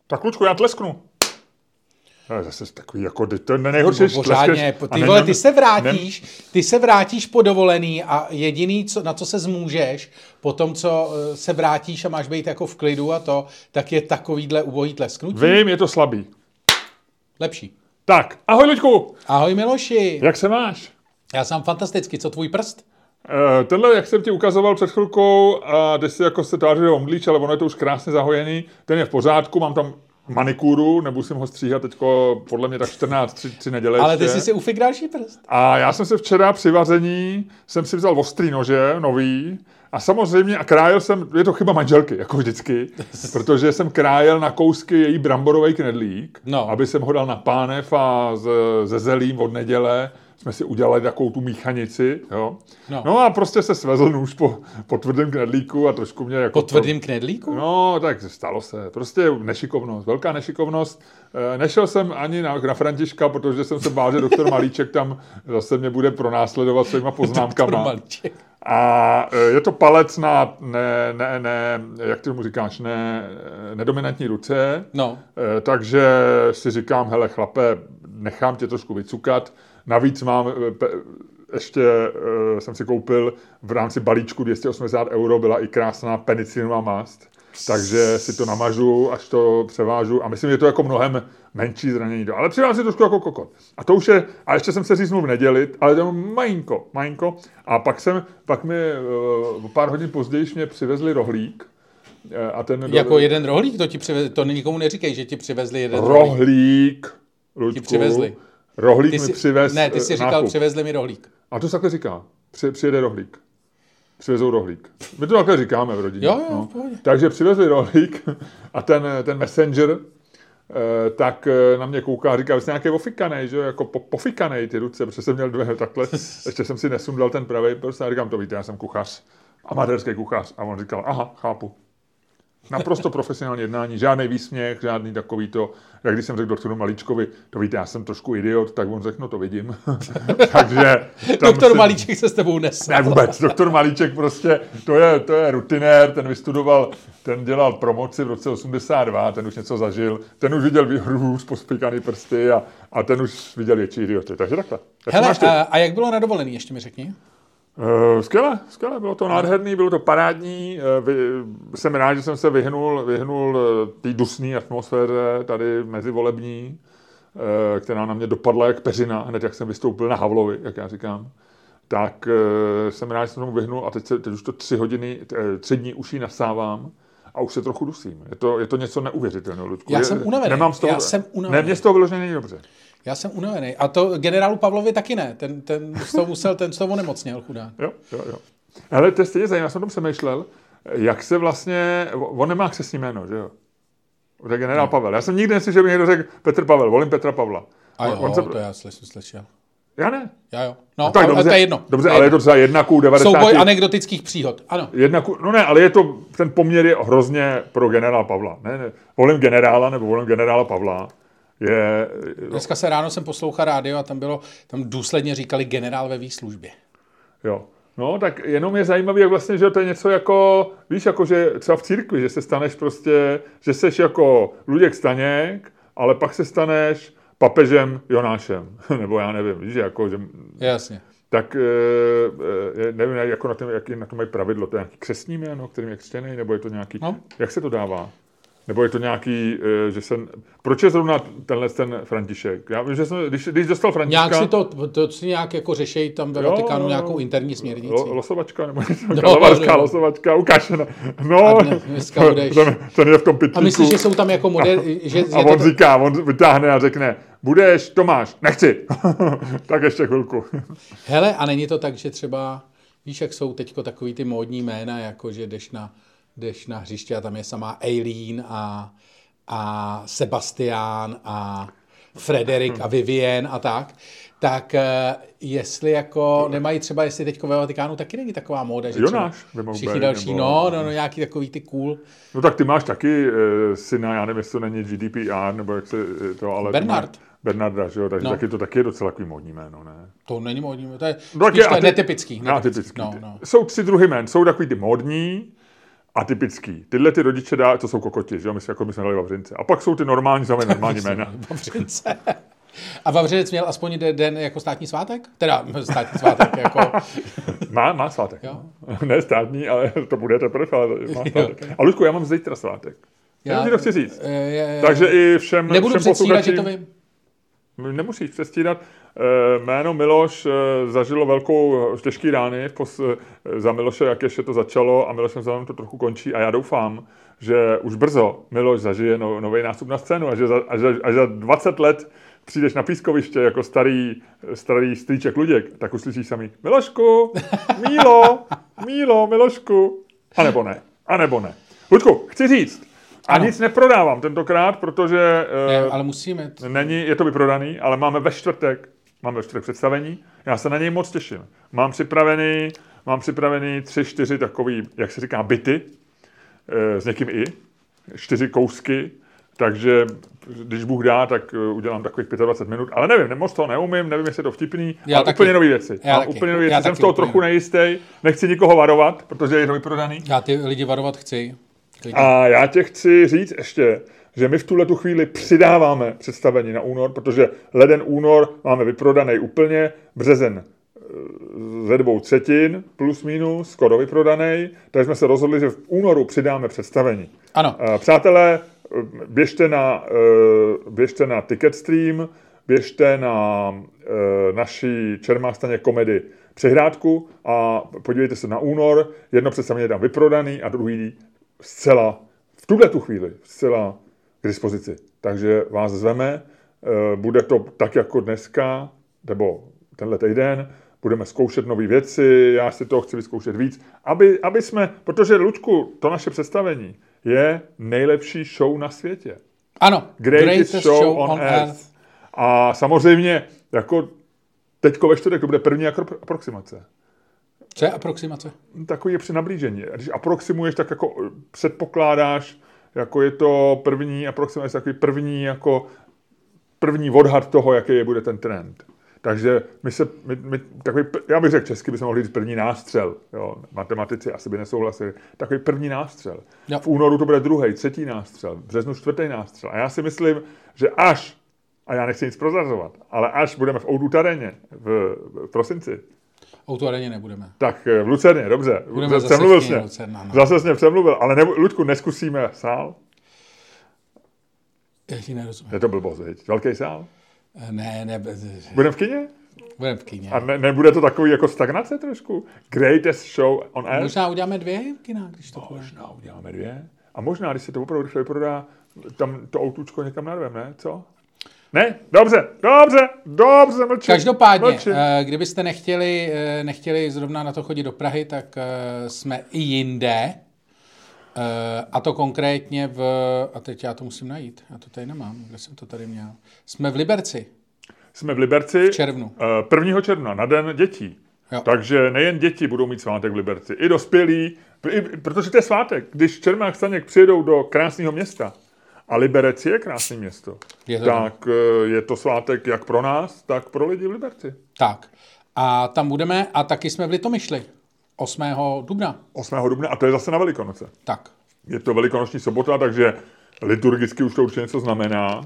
Tak Lučku, já tlesknu. Zase takový, jako, to je nejhorší, no, pořádně, ty vole, ty se vrátíš po dovolený a jediný, na co se zmůžeš, po tom, co se vrátíš a máš být jako v klidu a to, tak je takovýhle ubohý tlesknutí. Vím, je to slabý. Lepší. Tak, ahoj Luďku. Ahoj Miloši. Jak se máš? Já jsem fantasticky, co tvůj prst? Tenhle, jak jsem ti ukazoval před chvilkou, kde si jako se tváří omdlíč, ale ono je to už krásně zahojený, ten je v pořádku, mám tam manikúru, nemusím ho stříhat teďko podle mě tak 3 neděle. Ale ty jsi si ufik další prst. A já jsem se včera při vaření, jsem si vzal ostrý nože, nový, a samozřejmě, a krájel jsem, je to chyba manželky, jako vždycky, protože jsem krájel na kousky její bramborový knedlík, aby jsem ho dal na pánev a ze zelím od neděle jsme si udělali takovou tu míchanici, jo. No a prostě se svezl nůž po tvrdém knedlíku a trošku mě jako... Po tvrdém knedlíku? No, tak stalo se. Prostě nešikovnost, velká nešikovnost. Nešel jsem ani na Františka, protože jsem se bál, že doktor Malíček tam zase mě bude pronásledovat svýma poznámkama. A je to palec na jak ty mu říkáš, nedominantní ruce. No. Takže si říkám, hele chlape, nechám tě trošku vycukat. Navíc ještě jsem si koupil v rámci balíčku 280 €, byla i krásná penicilinová mast, takže si to namažu, až to převážu a myslím, že je to jako mnohem menší zranění. Ale přidám si trošku jako kokot. A to už je, a ještě jsem se říznul v neděli, ale to je malinko. A pak mi o pár hodin později mě přivezli rohlík. A jako jeden rohlík? To nikomu neříkej, že ti přivezli jeden rohlík. Ti přivezli. Rohlík mi přivez. Ne, ty jsi říkal, přivezli mi rohlík. A to se takhle říká. Přijede rohlík. Přivezou rohlík. My to takhle říkáme v rodině. Jo, no. Takže přivezli rohlík a ten messenger tak na mě kouká a říká, vy jste nějaký ofikanej, že jo, jako pofikanej ty ruce, protože jsem měl dvě takhle. Ještě jsem si nesundal ten pravý prst a říkám, to víte, já jsem kuchař, amatérský kuchař. A on říkal, aha, chápu. Naprosto profesionální jednání, žádný výsměch, žádný takový to, jak když jsem řekl doktoru Malíčkovi, to víte, já jsem trošku idiot, tak on řekl, no to vidím. Takže doktor Malíček se s tebou nesl. Ne vůbec, doktor Malíček prostě, to je rutinér, ten vystudoval, ten dělal promoci v roce 82, ten už něco zažil, ten už viděl hůř pospíkaný prsty a ten už viděl větší idioty, takže takhle. Hele, a jak bylo na dovolený, ještě mi řekni? Skvěle, bylo to nádherný, bylo to parádní, jsem rád, že jsem se vyhnul té dusné atmosféře tady mezivolební, která na mě dopadla jak peřina, hned jak jsem vystoupil na Havlovi, jak já říkám, tak jsem rád, že jsem tomu vyhnul a teď už to 3 dní už ji nasávám a už se trochu dusím. Je to něco neuvěřitelného, Luďku. Já jsem unavený. Ne, mě z toho vyloženě není dobře. Já jsem unavený. A to generálu Pavlovi taky ne. Ten z toho onemocněl, chudák. Jo. Ale to je stejně zajímavé, já jsem o tom přemýšlel, jak se vlastně, on nemá křestní jméno, že jo? To je generál Pavel. Já jsem nikdy neslyšel, že by někdo řekl Petr Pavel, volím Petra Pavla. A jo, to já slyšel. Já ne. Já jo. No, tak dobře, to je jedno. Dobře, ale je to třeba 1:90. Souboj anekdotických příhod, ano. Ne, ale je to, ten poměr je hrozně pro generál Pavla. Ne, volím generála nebo volím generála Pavla. Dneska se ráno jsem poslouchal rádio a tam důsledně říkali generál ve výslužbě. Jo. No, tak jenom je zajímavý, jak vlastně, že to je něco jako, víš, jako že třeba v církvi, že se staneš prostě, že seš jako Luděk Staněk, ale pak se staneš papežem Jonášem. Nebo já nevím, víš, jako, že... Jasně. Tak nevím, jako jaký na to mají pravidlo. To je nějaký křestní jméno, kterým je křtěný, nebo je to nějaký... No. Jak se to dává? Nebo je to nějaký, že jsem... Proč je zrovna ten František? Já vím, že jsem, když dostal Františka... Nějak si to nějak jako řešej tam ve Vatikánu nějakou interní směrnici. Losovačka, nebo kalavarská losovačka, ukáž. No, ten je v tom pytlíku. A myslíš, že jsou tam jako a on říká, on vytáhne a řekne, budeš, Tomáš, nechci. Tak ještě chvilku. Hele, a není to tak, že třeba, víš, jak jsou teďko takový ty módní jména, jako že jdeš na hřiště a tam je samá Eileen a Sebastián a Frederik a Vivien a tak jestli jako nemají třeba, jestli teďko ve Vatikánu taky není taková móda, že Jonáš, všichni další, no, nějaký takový ty cool. No tak ty máš taky syna, já nevím, jestli to není GDPR, nebo jak se to, ale... Bernarda, že jo, takže taky je docela takový módní jméno, ne? To není módní jméno, to je netypický. No. Jsou 3 druhy jmén, jsou takový ty módní, atypický. Tyhle ty rodiče to jsou kokoti, že jo? My jsme dali Vavřince. A pak jsou ty normální jména. Vavřince. A Vavřinec měl aspoň den jako státní svátek? Teda státní svátek jako... Má svátek. Jo? Ne státní, ale to bude teprve, ale má svátek. A Luďku, já mám zítra svátek. Já ti to chci říct. Takže i všem předstírat, že to vím. Nemusíš přestírat. Jméno Miloš zažilo těžký rány za Miloše Jakeše to začalo a Milošem Zelenem to trochu končí a já doufám, že už brzo Miloš zažije nový nástup na scénu a že za 20 let přijdeš na pískoviště jako starý strýček Luděk, tak uslyšíš sami Milošku, Mílo, Milošku. A nebo ne. Luďku, chci říct, a nic neprodávám tentokrát, protože ale musíme. Je to vyprodaný, ale máme ve čtvrtek představení. Já se na něj moc těším. Mám připravený 3-4 takový, jak se říká, byty s někým 4 kousky, takže když Bůh dá, tak udělám takových 25 minut, ale nevím, moc toho neumím, nevím, jestli je to vtipný, ale úplně nový věci. Jsem z toho trochu nejistý, nechci nikoho varovat, protože je to vyprodaný. Já ty lidi varovat chci. A já tě chci říct ještě, že my v tuhletu chvíli přidáváme představení na únor, protože leden, únor máme vyprodaný úplně, březen ze 2/3 plus minus, skoro vyprodaný, takže jsme se rozhodli, že v únoru přidáme představení. Ano. Přátelé, běžte na Ticketstream, běžte na naší Čermástaně komedy Přehrádku a podívejte se na únor, jedno představení je tam vyprodaný a druhý zcela, v tuhletu chvíli, zcela k dispozici. Takže vás zveme, bude to tak jako dneska, nebo tenhle týden, budeme zkoušet nové věci, já si toho chci vyzkoušet víc, aby jsme, protože Luďku, to naše představení je nejlepší show na světě. Ano, Greatest show on earth. A samozřejmě, jako teďko ve čtvrtek, to bude první aproximace. Co je aproximace? Takový je při nablížení. Když aproximuješ, tak jako předpokládáš, jako je to první aproximace, takový první odhad toho, jaký bude ten trend. Takže takový, já bych řekl česky, bychom mohli říct první nástřel. Jo? Matematici asi by nesouhlasili. Takový první nástřel. Jo. V únoru to bude druhý, třetí nástřel. V březnu čtvrtý nástřel. A já si myslím, že a já nechci nic prozrazovat, ale až budeme v O2 Areně v prosinci. O2 Areně nebudeme. Tak v Lucerně, dobře. Budeme Zase jsem přemluvil, ale Luďku, neskusíme sál? Já ti nerozumím. Je to blbost, viď? Velký sál? Ne. Budeme v kině? Budeme v kině. A nebude to takový jako stagnace trošku? Greatest show on earth? Možná uděláme 2 kina, když to bude. Možná uděláme 2. A možná, když se to opravdu rychle vyprodá, tam to autůčko někam narvem, ne? Co? Ne? Dobře, mlčím. Každopádně, kdybyste nechtěli zrovna na to chodit do Prahy, tak jsme i jinde. A to konkrétně a teď já to musím najít, já to tady nemám, kde jsem to tady měl. Jsme v Liberci. V červnu. 1. června, na den dětí. Jo. Takže nejen děti budou mít svátek v Liberci, i dospělí, protože to je svátek. Když Čermák Staněk přijedou do krásného města, a Liberec je krásné město, tak je to svátek jak pro nás, tak pro lidi v Liberci. Tak. A tam budeme, a taky jsme v Litomyšli. 8. dubna. 8. dubna, a to je zase na Velikonoce. Tak. Je to velikonoční sobota, takže liturgicky už to určitě něco znamená.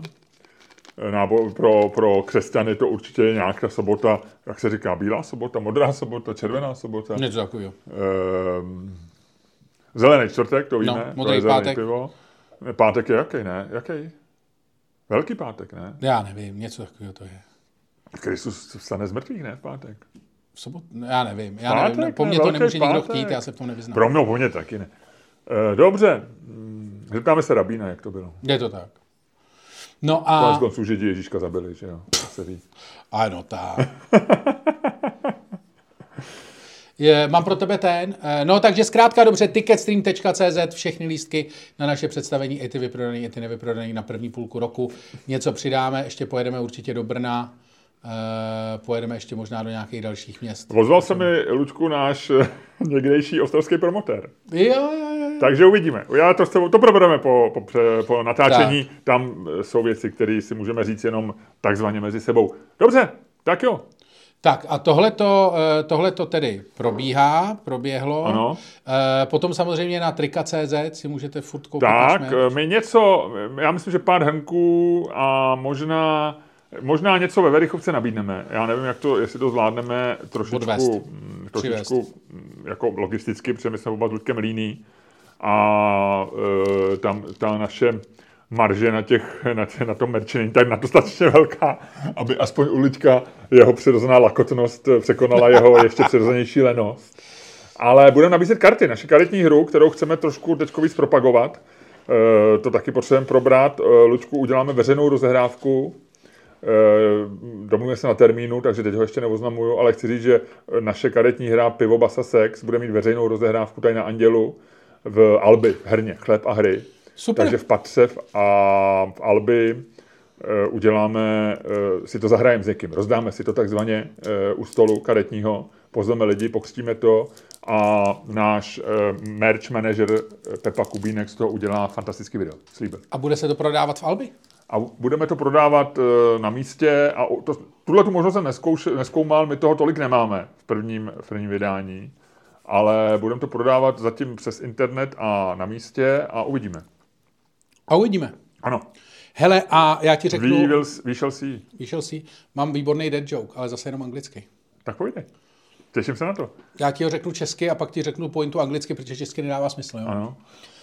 Pro křesťany to určitě je nějaká sobota, jak se říká, bílá sobota, modrá sobota, červená sobota. Něco takového. Zelený čtvrtek, to víme. No, modrý pátek. Pivo. Pátek je jaký, ne? Jaký? Velký pátek, ne? Já nevím, něco takového to je. Kristus vstane z mrtvých, ne? V pátek. V sobotu? Já nevím. Po mně to nemůže nikdo chtít, já se v tom nevyznám. Po mně taky ne. Dobře. Zeptáme se rabína, jak to bylo. Je to tak. No a... Konec konců Židi Ježíška zabili, že jo? Se ví. Ano, tak. Mám pro tebe no takže zkrátka dobře, ticketstream.cz, všechny lístky na naše představení, i ty vyprodaný, i ty nevyprodaný na první půlku roku. Něco přidáme, ještě pojedeme určitě do Brna, pojedeme ještě možná do nějakých dalších měst. Ozval se mi, Luďku, náš někdejší ostravský promotér. Jo. Takže uvidíme. Já to probereme po natáčení. Tak. Tam jsou věci, které si můžeme říct jenom takzvaně mezi sebou. Dobře, tak jo. Tak a tohleto tedy proběhlo. Ano. Potom samozřejmě na trika.cz si můžete furt koupit. Tak, já myslím, že pár hrnků a možná něco ve Verichovce nabídneme. Já nevím, jestli to zvládneme trošičku jako logisticky, protože my jsme oba s Luďkem líní a tam ta naše marže na tom merči není tak dostatečně velká, aby aspoň u Luďka jeho přirozená lakotnost překonala jeho ještě přirozenější lenost. Ale budeme nabízet karty, naši karetní hru, kterou chceme trošku teďko víc propagovat. To taky potřebujeme probrat. Luďku, uděláme veřejnou rozehrávku. Domluvíme se na termínu, takže teď ho ještě neoznamuju, ale chci říct, že naše karetní hra Pivo, Basa, Sex bude mít veřejnou rozehrávku tady na Andělu v Albi, v herně, chléb a hry. Super. Takže v Patře a v Albi uděláme, si to zahrajeme s někým, rozdáme si to takzvaně u stolu karetního, pozveme lidi, pokřtíme to a náš merch manažer Pepa Kubínek z toho udělá fantastický video. Slíbil. A bude se to prodávat v Albi? A budeme to prodávat na místě a tuhle tu možnost jsem neskoumal, my toho tolik nemáme v prvním vydání, ale budeme to prodávat zatím přes internet a na místě a uvidíme. Ano. Hele, a já ti řeknu... Vyšel jsi. Mám výborný dead joke, ale zase jenom anglicky. Tak pojďte. Těším se na to. Já ti ho řeknu česky a pak ti řeknu pointu anglicky, protože česky nedává smysl. Jo? Ano.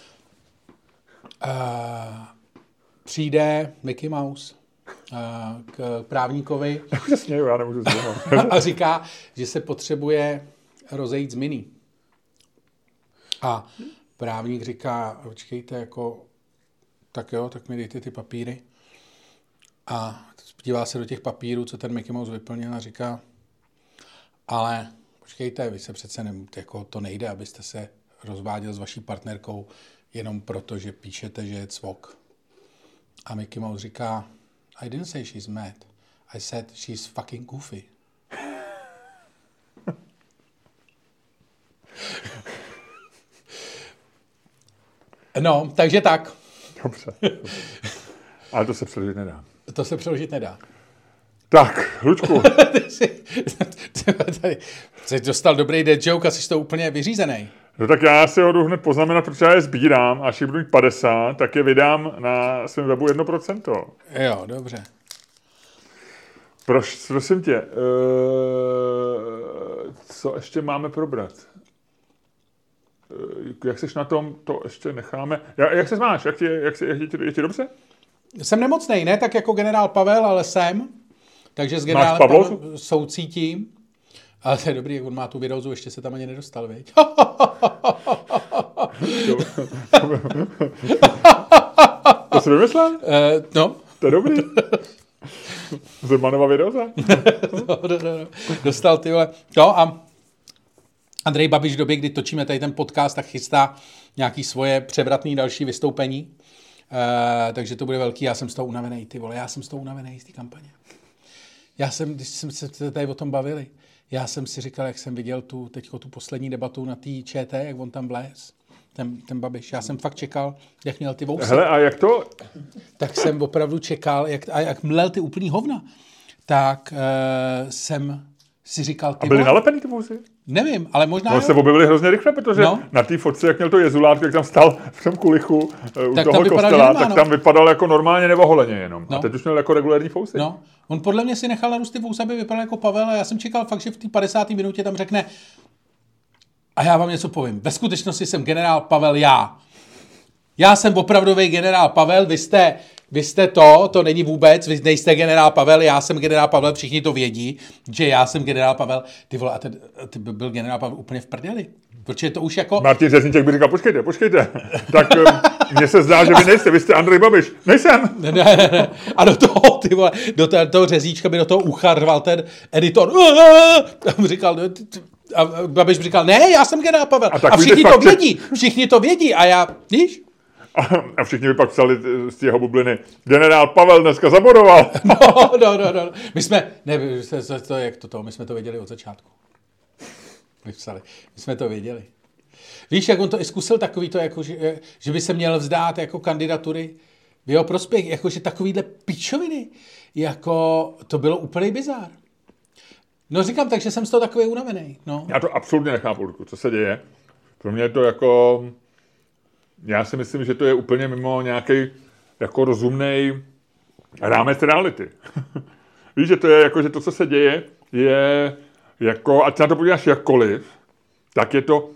Přijde Mickey Mouse k právníkovi já nemůžu a říká, že se potřebuje rozejít s Minnie. A právník říká, počkejte, jako, tak jo, tak mi dejte ty papíry. A dívá se do těch papírů, co ten Mickey Mouse vyplnil a říká, ale počkejte, vy se přece jako to nejde, abyste se rozváděl s vaší partnerkou jenom proto, že píšete, že je cvok. A Mickey Mouse říká, I didn't say she's mad. I said she's fucking goofy. No, takže tak. Dobře. Ale to se přeložit nedá. To se přeložit nedá. Tak, Luďku. Tady jsi dostal dobrý dead joke a jsi to úplně vyřízený. No tak já si ho jdu hned poznamenat, protože já je sbírám, až jich budu mít 50, tak je vydám na svém webu 1%. Jo, dobře. Prosím tě, co ještě máme probrat? Jak seš na tom, to ještě necháme. Jak se máš? Je ti dobře? Jsem nemocnej, ne tak jako generál Pavel, ale jsem. Takže s generálem Pavel soucítím. Ale to je dobrý, jak on má tu virózu, ještě se tam ani nedostal, viď? To jsi vymyslel? No. To je dobrý. Zemanová viróza? No. Dostal, ty vole. No a Andrej Babiš v době, kdy točíme tady ten podcast, tak chystá nějaký svoje převratný další vystoupení. Takže to bude velký. Já jsem z toho unavený, ty vole. Já jsem z toho unavený z té kampaně. Když jsme se tady o tom bavili, já jsem si říkal, jak jsem viděl tu poslední debatu na té ČT, jak on tam vléz, ten Babiš. Já jsem fakt čekal, jak měl ty vousy. Hele, a jak to? Tak jsem opravdu čekal, jak mlel ty úplný hovna. Tak jsem si říkal... A byly nalepený ty vousy? Nevím, ale možná... No se objevili hrozně rychle, protože na té fotce, jak měl to jezulátko, jak tam stál v tom kulichu u toho kostela, tak tam vypadal jako normálně nevoholeně jenom. No. A teď už měl jako regulární fousy. No, on podle mě si nechal narůst ty vousy, aby vypadal jako Pavel a já jsem čekal fakt, že v té 50. minutě tam řekne a já vám něco povím. Ve skutečnosti jsem generál Pavel já. Já jsem opravdový generál Pavel, vy jste to není vůbec, vy nejste generál Pavel, já jsem generál Pavel, všichni to vědí, že já jsem generál Pavel. Ty vole, a ty byl generál Pavel úplně v prdeli. Protože to už jako... Martin Řezníček by říkal, počkejte. Tak mně se zdá, že vy jste Andrej Babiš. Nejsem. Ne. A do toho, ty vole, do toho Řezníčka by do toho ucha rval ten editor. A Babiš by říkal, ne, já jsem generál Pavel. A všichni to vědí. A já, víš? A všichni by pak psali z jeho bubliny, generál Pavel dneska zabodoval. No. My jsme to věděli od začátku. My jsme to věděli. Víš, jak on to i zkusil takový to, jako, že by se měl vzdát jako kandidatury v jeho prospěch, jakože takovýhle pičoviny, jako to bylo úplný bizár. No říkám, takže jsem z toho takový unavený. No. Já to absolutně nechápu, Ludku, co se děje. Pro mě je to jako... Já si myslím, že to je úplně mimo nějaký jako rozumnej rámec reality. Víš, že to je jako, že to, co se děje, je jako, ať se na to podíváš jakkoliv, tak je to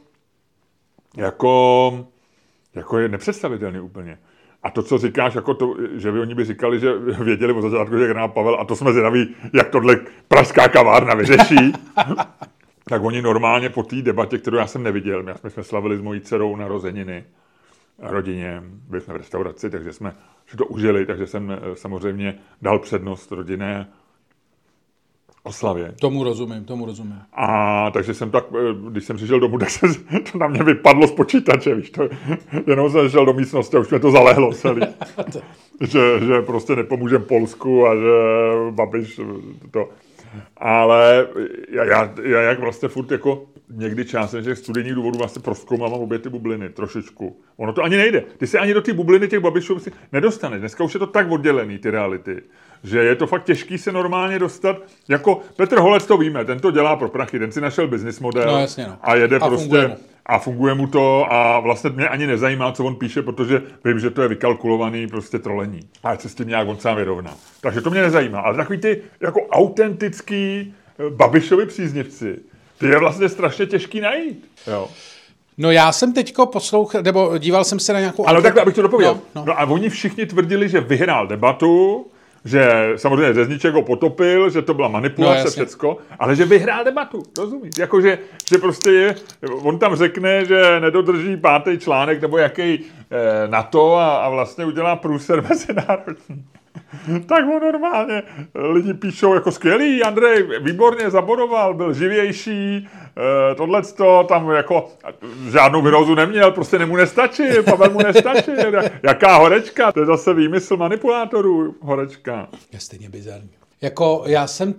jako je nepředstavitelný úplně. A to, co říkáš, jako to, že by oni by říkali, že věděli od začátku, že generál Pavel, a to jsme zvědaví, jak tohle pražská kavárna vyřeší, tak oni normálně po té debatě, kterou já jsem neviděl, my jsme slavili s mojí dcerou narozeniny rodině, byli jsme v restauraci, takže jsme si to užili, takže jsem samozřejmě dal přednost rodinné oslavě. Tomu rozumím. A takže jsem tak, když jsem přišel domů, tak se to na mě vypadlo z počítače, víš, to, jenom jsem šel do místnosti a už mě to zalehlo celý. že prostě nepomůžem Polsku a že Babiš to. Ale já jak vlastně furt jako někdy časem, že z studijních důvodů vlastně prozkoumám obě ty bubliny trošičku. Ono to ani nejde. Ty se ani do ty bubliny těch Babišů nedostaneš. Dneska už je to tak oddělený, ty reality, že je to fakt těžký se normálně dostat. Jako Petr Holec to víme, ten to dělá pro prachy, ten si našel business model no, jasně, no. A jede a prostě a funguje mu to a vlastně mě ani nezajímá, co on píše, protože vím, že to je vykalkulovaný prostě trolení. A ať se s tím nějak on sám vyrovná. Takže to mě nezajímá. Ale takový ty jako autentický Babišovi příznivci, ty je vlastně strašně těžký najít. Jo. No já jsem teďko poslouchal, nebo díval jsem se na nějakou... Ale takhle, abych to dopověděl. No a oni všichni tvrdili, že vyhrál debatu, že samozřejmě Řezníček ho potopil, že to byla manipulace, všecko, ale že vyhrál debatu, rozumíš? Jakože, že prostě je, on tam řekne, že nedodrží 5. článek nebo jaký NATO a vlastně udělá průser mezinárodní. Tak on normálně, lidi píšou jako skvělý, Andrej výborně zabodoval, byl živější, tohleto, tam jako žádnou virózu neměl, prostě mu nestačil, Pavel mu nestačil, jaká horečka, to je zase výmysl manipulátorů, horečka. Je stejně bizarní. Jako já jsem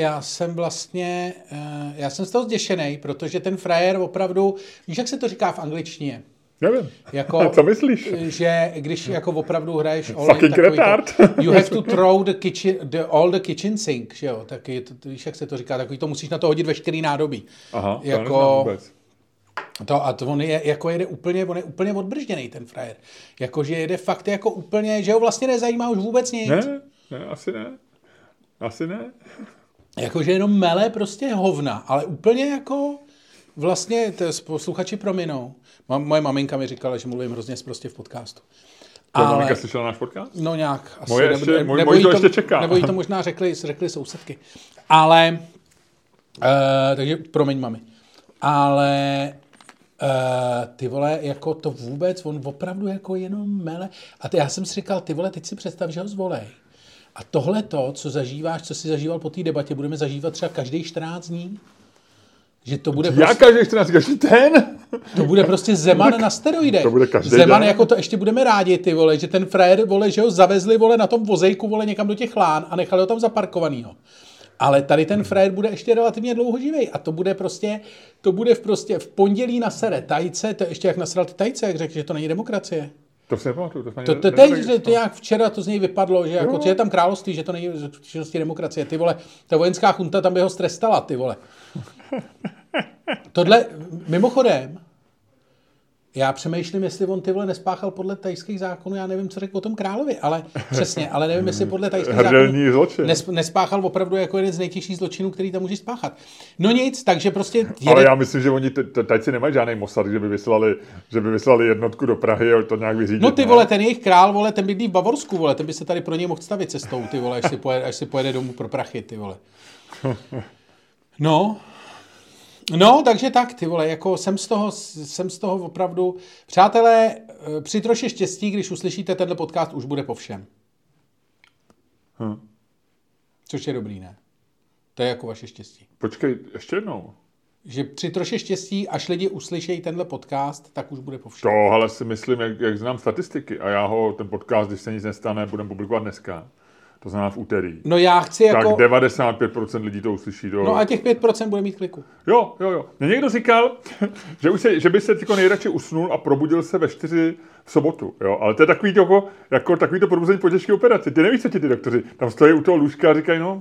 z toho zděšenej, protože ten frajer opravdu, víš, jak se to říká v angličtině? Nevím. Jako, co myslíš? Že když jako opravdu hraješ fucking retard. You have to throw all the kitchen sink, že jo? Tak víš, jak se to říká, takový to musíš na to hodit veškerý nádobí. Aha, jako, vůbec. A to on je jako on je úplně odbržděnej, ten frajer. Jakože jede fakt jako úplně, že ho vlastně nezajímá už vůbec nic. Ne, asi ne. Jakože jenom mele prostě hovna, ale úplně jako vlastně, posluchači prominou. Moje maminka mi říkala, že mluvím hrozně sprostě v podcastu. Tvoje maminka slyšela náš podcast? No nějak. Asi, Moje to ještě čeká. Nebo jí to možná řekli sousedky. Ale, takže promiň mami. Ale ty vole, jako to vůbec, on opravdu jako jenom mele. A já jsem si říkal, ty vole, teď si představ, že ho zvolej. A tohle to, co zažíváš, co jsi zažíval po té debatě, budeme zažívat třeba každý 14 dní. Že to bude prostě... každý 14, každý ten? To bude prostě Zeman na steroidech. To bude každý Zeman, den. jako to ještě budeme rádi, ty vole, že ten frajer, vole, že ho zavezli, vole, na tom vozejku, vole, někam do těch lán a nechali ho tam zaparkovanýho. Ale tady ten frajer bude ještě relativně dlouho živej a to bude v pondělí na sere tajce, to ještě jak nasral ty tajce, jak řekl, že to není demokracie. To se nepamatuju. To nějak včera to z něj vypadlo, že jako, je tam království, že to není skutečnosti demokracie. Ty vole, ta vojenská chunta tam by ho strestala, ty vole. Tohle, mimochodem, já přemýšlím, jestli on ty vole nespáchal podle tajských zákonů, já nevím, co řekl o tom královi, ale přesně, ale nevím, jestli podle tajských zákonů nespáchal opravdu jako jeden z nejtěžších zločinů, který tam může spáchat. No nic, takže prostě... Ale já myslím, že oni tajci nemají žádný Mossad, že by vyslali jednotku do Prahy a to nějak vyřídit. No ty vole, ten jejich král, vole, ten bydlí v Bavorsku, vole, ten by se tady pro něj mohl stavit cestou, ty vole, až si pojede domů pro prachy, ty vole. No, takže tak, ty vole, jako jsem z toho opravdu... Přátelé, při troše štěstí, když uslyšíte tenhle podcast, už bude po všem. Což je dobrý, ne? To je jako vaše štěstí. Počkej, ještě jednou. Že při troše štěstí, až lidi uslyšejí tenhle podcast, tak už bude po všem. To, ale si myslím, jak znám statistiky a ten podcast, když se nic nestane, budeme publikovat dneska. to znamená v úterý. No já chci jako... Tak 95% lidí to uslyší do... No a těch 5% bude mít kliku. Jo. Mě někdo říkal, že by se jako nejradši usnul a probudil se ve 4 v sobotu, jo, ale to je takový to probuzení po těžké operaci. Ty nevíš, co ti ty doktoři tam stojí u toho lůžka a říkají, no...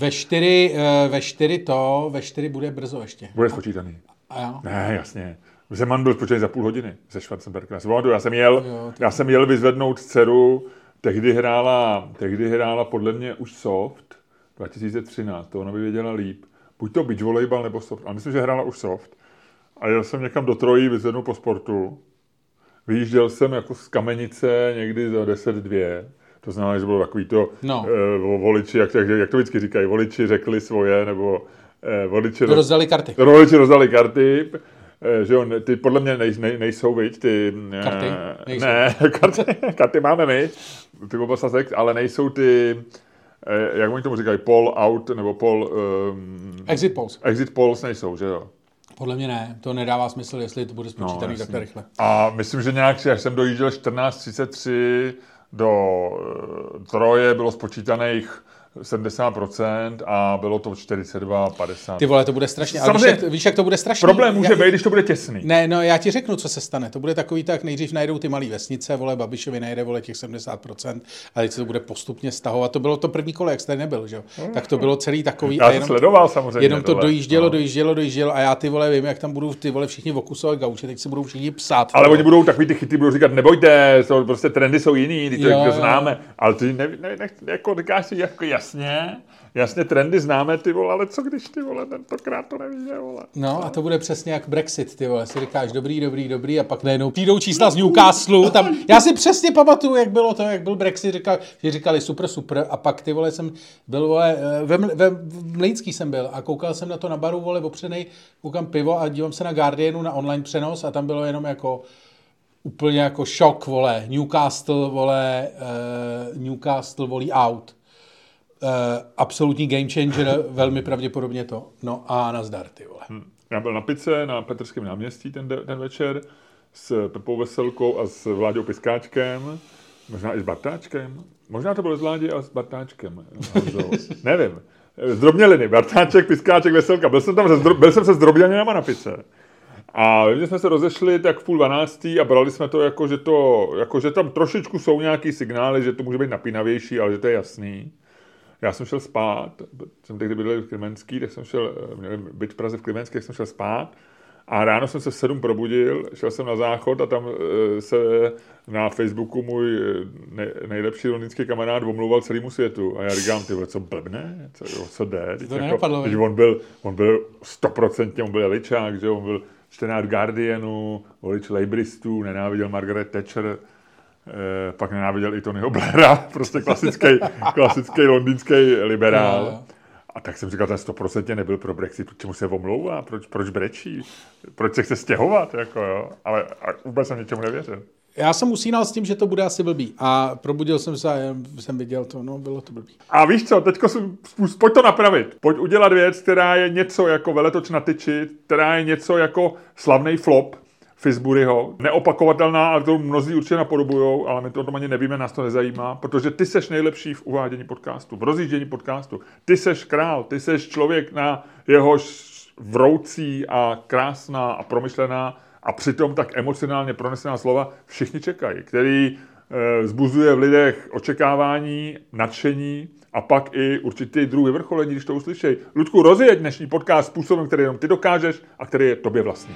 Ve 4 bude brzo ještě. Bude spočítaný. A jo? Ne, jasně. Zeman byl spočítaný za půl hodiny ze Schwarzenberga. Já jsem jel vyzvednout dceru, tehdy hrála podle mě už Soft, 2013, to ona by věděla líp. Buď to beach volejbal nebo Soft, ale myslím, že hrála už Soft. A jel jsem někam do Trojí vyzvednout po sportu. Vyjížděl jsem jako z Kamenice někdy za 10:02. To znamená, že bylo takový to voliči, jak to vždycky říkají, voliči řekli svoje, nebo voliči rozdali karty. Že jo, ty podle mě nejsou, viď, ty... Karty? Nejsou. Ne, karty máme my, ty Obasasex, ale nejsou ty, jak oni tomu říkají, poll out, nebo poll... Exit polls. Exit polls nejsou, že jo? Podle mě ne, to nedává smysl, jestli to bude spočítaný takhle rychle. A myslím, že nějak, až jsem dojížděl 14:33 do Troje, bylo spočítaných 70% a bylo to 42-50. Ty vole, to bude strašně. Ale víš, jak to bude strašný? Problém může být, když to bude těsný. Ne, no já ti řeknu, co se stane. To bude takový, tak nejdřív najdou ty malé vesnice, vole, Babišovi najde, vole, těch 70%, ale teď se to bude postupně stahovat. To bylo to první kolo, jak jsi tady nebyl, že jo? Tak to bylo celý takový. Já jsem sledoval samozřejmě. Jenom to dojíždělo a já ty vole vím, jak tam budou ty vole všichni okusovat gauče, teď se budou všichni psát. Ale oni budou takový ty chyty, budou říkat, nebojte, to prostě trendy jsou jiný, ty to známe, ale ty jako říkáš si jako Jasně, trendy známe, ty vole, ale co když ty vole, tentokrát to nevíde, vole. No a to bude přesně jak Brexit, ty vole, si říkáš dobrý a pak najednou přijdou čísla z Newcastle, tam, já si přesně pamatuju, jak byl Brexit, říkali super a pak ty vole jsem byl, vole, v Mlejnský jsem byl a koukal jsem na to na baru, vole, opřenej, koukám pivo a dívám se na Guardianu na online přenos a tam bylo jenom jako úplně jako šok, vole, Newcastle volí out. Absolutní game changer, velmi pravděpodobně to. No a nazdar, ty vole. Já byl na pice na Petrském náměstí ten večer s Pepou Veselkou a s Vláďou Piskáčkem, možná i s Bartáčkem. Možná to bylo s Vládí a s Bartáčkem. Nevím. Z Drobněliny, Bartáček, Piskáček, Veselka. Byl jsem se s Drobňaninama na pice. A vím, že jsme se rozešli tak v 11:30 a brali jsme to jako, že tam trošičku jsou nějaký signály, že to může být napínavější, ale že to je jasný. Já jsem šel spát, jsem tehdy bydlel v Klimenský, tak jsem šel, měl byt v Praze v Klimenský, tak jsem šel spát a ráno jsem se v 7 probudil, šel jsem na záchod a tam se na Facebooku můj nejlepší londýnský kamarád omlouval celému světu a já říkám, ty vole, co blbne, co jde? To nenapadlo. On byl 100%, on byl jeličák, že on byl čtenář Guardianu, volič Labouristů, nenáviděl Margaret Thatcher, pak nenáviděl i Tonyho Blaira, prostě klasický londýnský liberál. A tak jsem říkal, ten 100% nebyl pro Brexit, čemu se omlouvá, proč brečí, proč se chce stěhovat, jako jo. Ale vůbec jsem něčemu nevěřil. Já jsem usínal s tím, že to bude asi blbý. A probudil jsem se a jsem viděl to, no bylo to blbý. A víš co, pojď to napravit. Pojď udělat věc, která je něco jako veletoč na tyči, která je něco jako slavný flop Fisburyho. Neopakovatelná, ale to mnozí určitě napodobujou, ale my to o tom ani nevíme, nás to nezajímá, protože ty seš nejlepší v uvádění podcastu, v rozjíždění podcastu. Ty seš král, ty seš člověk, na jehož vroucí a krásná a promyšlená a přitom tak emocionálně pronesená slova všichni čekají, který vzbuzuje v lidech očekávání, nadšení a pak i určitý druh vyvrcholení, když to uslyšej. Luďku, rozjeď dnešní podcast způsobem, který jenom ty dokážeš a který je tobě vlastní.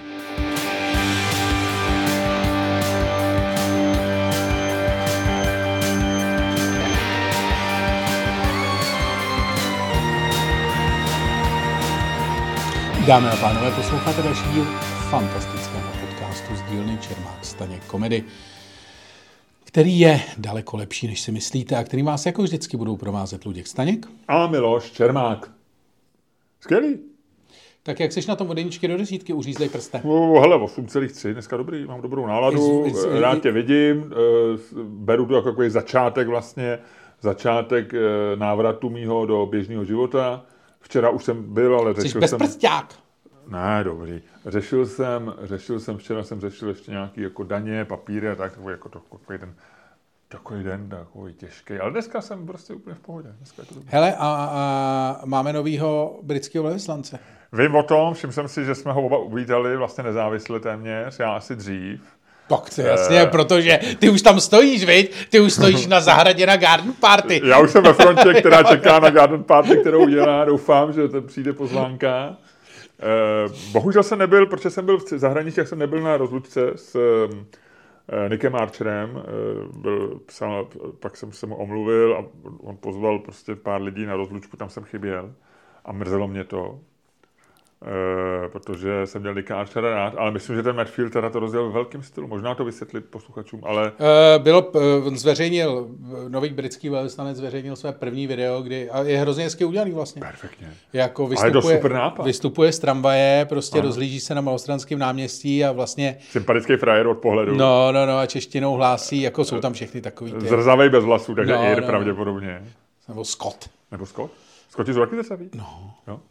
Dámy a pánové, posloucháte další díl fantastického podcastu z dílny Čermák Staněk Komedy, který je daleko lepší, než si myslíte a který vás jako vždycky budou provázet Luděk Staněk a Miloš Čermák. Skvělý. Tak jak jsi na tom od 1 do 10 uřízlej prstem? Hele, 8,3, dneska dobrý, mám dobrou náladu, rád tě vidím, beru to jako takový začátek návratu mýho do běžného života. Včera už jsem byl, ale řešil jsem... Jsi bezprsták. Ne, dobrý. Včera jsem řešil ještě nějaký jako daně, papíry a tak, jako takový ten Takový den, takový těžký. Ale dneska jsem prostě úplně v pohodě. Dneska je to dobrý. Hele, a máme novýho britského velvyslance. Vím o tom, všiml jsem si, že jsme ho oba uvítali vlastně nezávisle téměř, já asi dřív. Tak to jasně, protože ty už tam stojíš, viď? Ty už stojíš na zahradě na garden party. Já už jsem ve frontě, která čeká na garden party, kterou udělá. Doufám, že to přijde pozvánka. Bohužel jsem nebyl, protože jsem byl v zahraničí, tak jsem nebyl na rozlučce s Nickem Archerem. Pak jsem se mu omluvil a on pozval prostě pár lidí na rozlučku, tam jsem chyběl. A mrzelo mě to. Protože jsem měl Nicka Archera rád, ale myslím, že ten Matt Field teda to rozdělil v velkém stylu. Možná to vysvětlit posluchačům, ale... On zveřejnil, nový britský velvyslanec zveřejnil své první video, kdy a je hrozně hezky udělaný vlastně. Perfektně. Jako ale je to super nápad. Vystupuje z tramvaje, prostě rozhlíží se na Malostranském náměstí a vlastně... Sympatický frajer od pohledu. No, a češtinou hlásí, jako jsou tam všechny takový ty... Zrzavej bez vlasů, takže pravděpodobně. Nebo Scott. Scotti jsou taky zrzaví? No. Jo.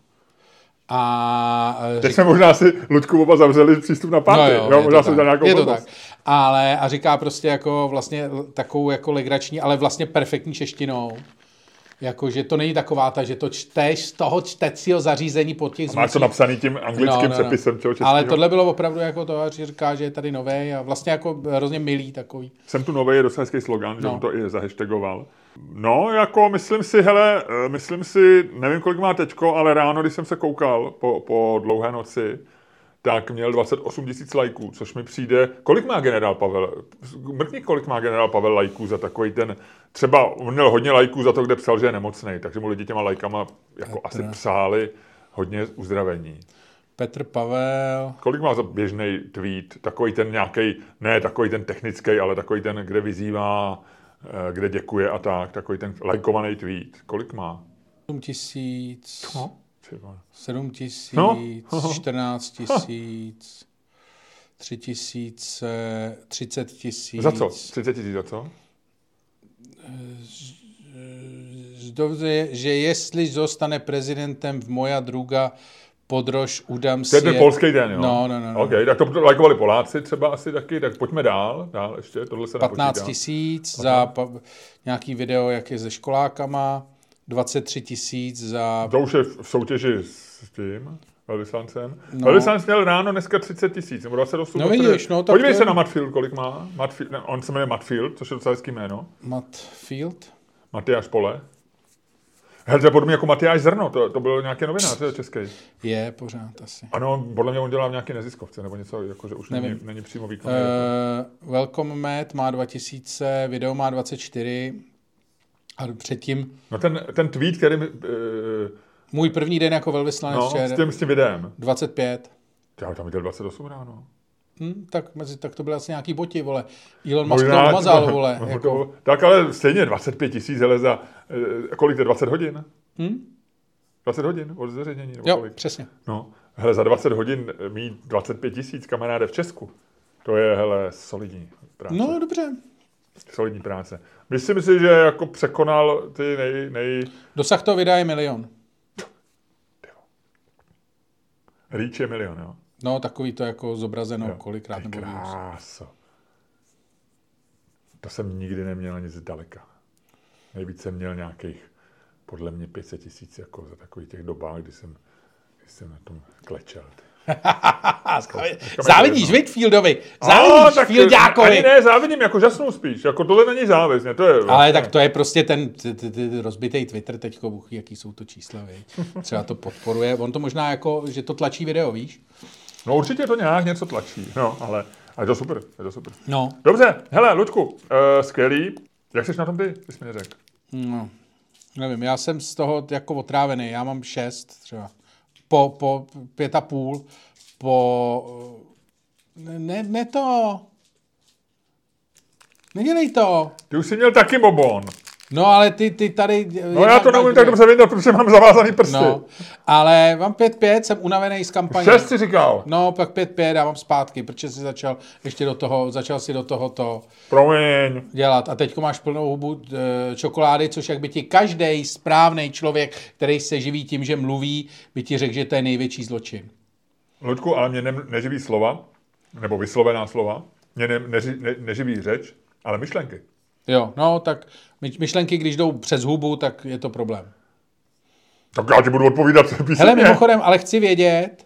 A teď jsme možná si Luďku oba zavřeli přístup na party. Možná se nějakou je to tak. A říká prostě jako vlastně takovou jako legrační, ale vlastně perfektní češtinou. Jako, že to není taková ta, že to čteš z toho čtecího zařízení pod těch zmocích. Máš to napsaný tím anglickým přepisem čeho českého. Ale tohle bylo opravdu jako to, že říká, že je tady novej a vlastně jako hrozně milý takový. Jsem tu novej, je docela hezký slogan, že on to i zahashtagoval. No, jako myslím si, nevím, kolik má teďko, ale ráno, když jsem se koukal po dlouhé noci, tak měl 28 000 lajků, což mi přijde... Kolik má generál Pavel? Mrkni, kolik má generál Pavel lajků za takový ten... Třeba on měl hodně lajků za to, kde psal, že je nemocnej, takže mu lidi těma lajkama jako asi psali hodně uzdravení. Petr Pavel... Kolik má za běžný tweet? Takový ten nějaký, ne takový ten technický, ale takový ten, kde vyzývá, kde děkuje a tak, takový ten lajkovaný tweet. Kolik má? 7 000, 14 000, 3 000, 30 000. Za co? 30 000 za co? Že jestli zostane prezidentem v moja druga, podrož udám si... To je ten polský den, jo? No. OK, tak to lajkovali Poláci třeba asi taky, tak pojďme dál ještě, tohle se 15 000 za nějaký video, jak je se školákama, 23 000 za... To už je v soutěži s tím velvyslancem. No. Velvyslanec měl ráno dneska 30 000, nebo 28. No vidíš, no. Podívej se na Mattfield, kolik má. On se jmenuje Mattfield, což je docela hezký jméno. Mattfield? Matyáš Pole. Hele, to je podobně jako Matyáš Zrno, to byl nějaký novinář, to je český. Je pořád asi. Ano, podle mě on dělá v nějaké neziskovce, nebo něco, jakože už není přímo výkonný. Welcome Matt má 2000, video má 24 a předtím... No ten tweet, který... Můj první den jako velvyslanec s tím videem. 25. Já tam viděl 28 ráno. Tak to byly asi nějaký boti, vole. Elon Musk to omazal, vole. Jako... Tak ale stejně 25 000, hele, za kolik to je, 20 hodin? 20 hodin od zveřejnění? Jo, kolik? Přesně. No, hele, za 20 hodin mít 25 000 kamaráde v Česku. To je, hele, solidní práce. No, dobře. Solidní práce. Myslím si, že jako překonal ty Dosah toho videa je 1 000 000. Reach je 1 000 000, jo? No, takový to jako zobrazeno kolikrát nebo víc. Krása. To jsem nikdy neměl ani zdaleka. Nejvíc jsem měl nějakých, podle mě 500 000 jako za takových těch dobách, kdy jsem na tom klečel. Závidíš, viď, Fieldovi? Závidíš Fieldákovi. Ani ne, závidím, jako žasnou spíš. Jako tohle není závisně, to je... Ale vlastně. Tak to je prostě ten rozbitej Twitter teďko, jaký jsou to čísla, viď? Třeba to podporuje. On to možná jako, že to tlačí video, víš? No určitě to nějak něco tlačí, no, ale je to super, No. Dobře, hele, Luďku, skvělý. Jak jsi na tom ty jsi mi neřekl? No, nevím, já jsem z toho jako otrávený, já mám 6 třeba. Po 5,5, Ne to. Nedělej to. Ty už jsi měl taky bobon. No, ale ty tady... No já to neumím tak dobře vydat, protože mám zavázaný prsty. No, ale mám 5,5, jsem unavený z kampaně. 6 si říkal. No, pak 5,5 dávám zpátky, protože jsi začal si do toho to Promiň. dělat. A teďko máš plnou hubu čokolády, což jak by ti každý správný člověk, který se živí tím, že mluví, by ti řekl, že to je největší zločin. Luďku, ale mě neživí slova, nebo vyslovená slova, mě neživí řeč, ale myšlenky. Jo, no tak myšlenky, když jdou přes hubu, tak je to problém. Tak já ti budu odpovídat písemně. Hele, mimochodem, ale chci vědět,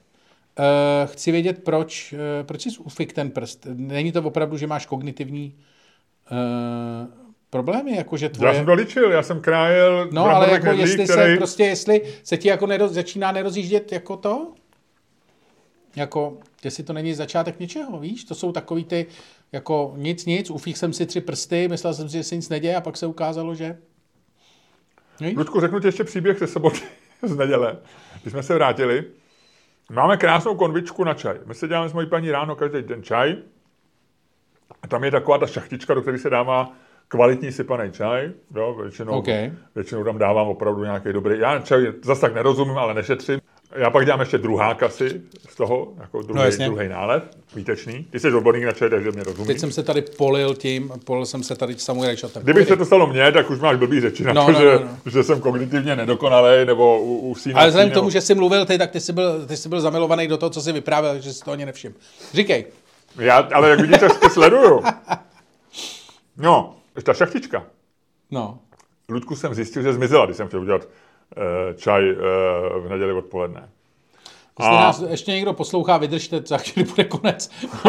proč jsi ufik ten prst. Není to opravdu, že máš kognitivní problémy, jakože tvoje... Já jsem to ličil, já jsem krájel... No, ale jako jestli se ti jako začíná nerozjíždět jako to, jako, jestli to není začátek něčeho, víš? To jsou takový ty, jako nic, ufík jsem si 3 prsty, myslel jsem si, že se nic neděje a pak se ukázalo, že... Ludku, řeknu ti ještě příběh ze soboty, z neděle. Když jsme se vrátili, máme krásnou konvičku na čaj. My se děláme s mojí paní ráno každý den čaj a tam je taková ta šachtička, do které se dává kvalitní sypaný čaj. Jo, většinou tam dávám opravdu nějaký dobrý. Já čaj zase tak nerozumím, ale nešetřím. Já pak dělám ještě druháka z toho, jako druhý nálev, výtečný. Ty jsi odborník na čaj, takže mě rozumíš. Teď jsem se tady polil jsem se tady samuraj šatem. Kdyby se to stalo mně, tak už máš blbý řeči na to, že jsem kognitivně nedokonalý nebo usínací. Ale vzhledem k tomu, že jsi mluvil ty, tak ty jsi byl zamilovaný do toho, co jsi vyprávěl, takže si to ani nevšim. Říkej. Ale jak vidíš, tak sleduju. No, ta šachtička. No. Ludku jsem zjistil, že zmizela, když jsem chtěl udělat čaj v neděli odpoledne. Jestli nás ještě někdo poslouchá, vydržte, za chvíli bude konec.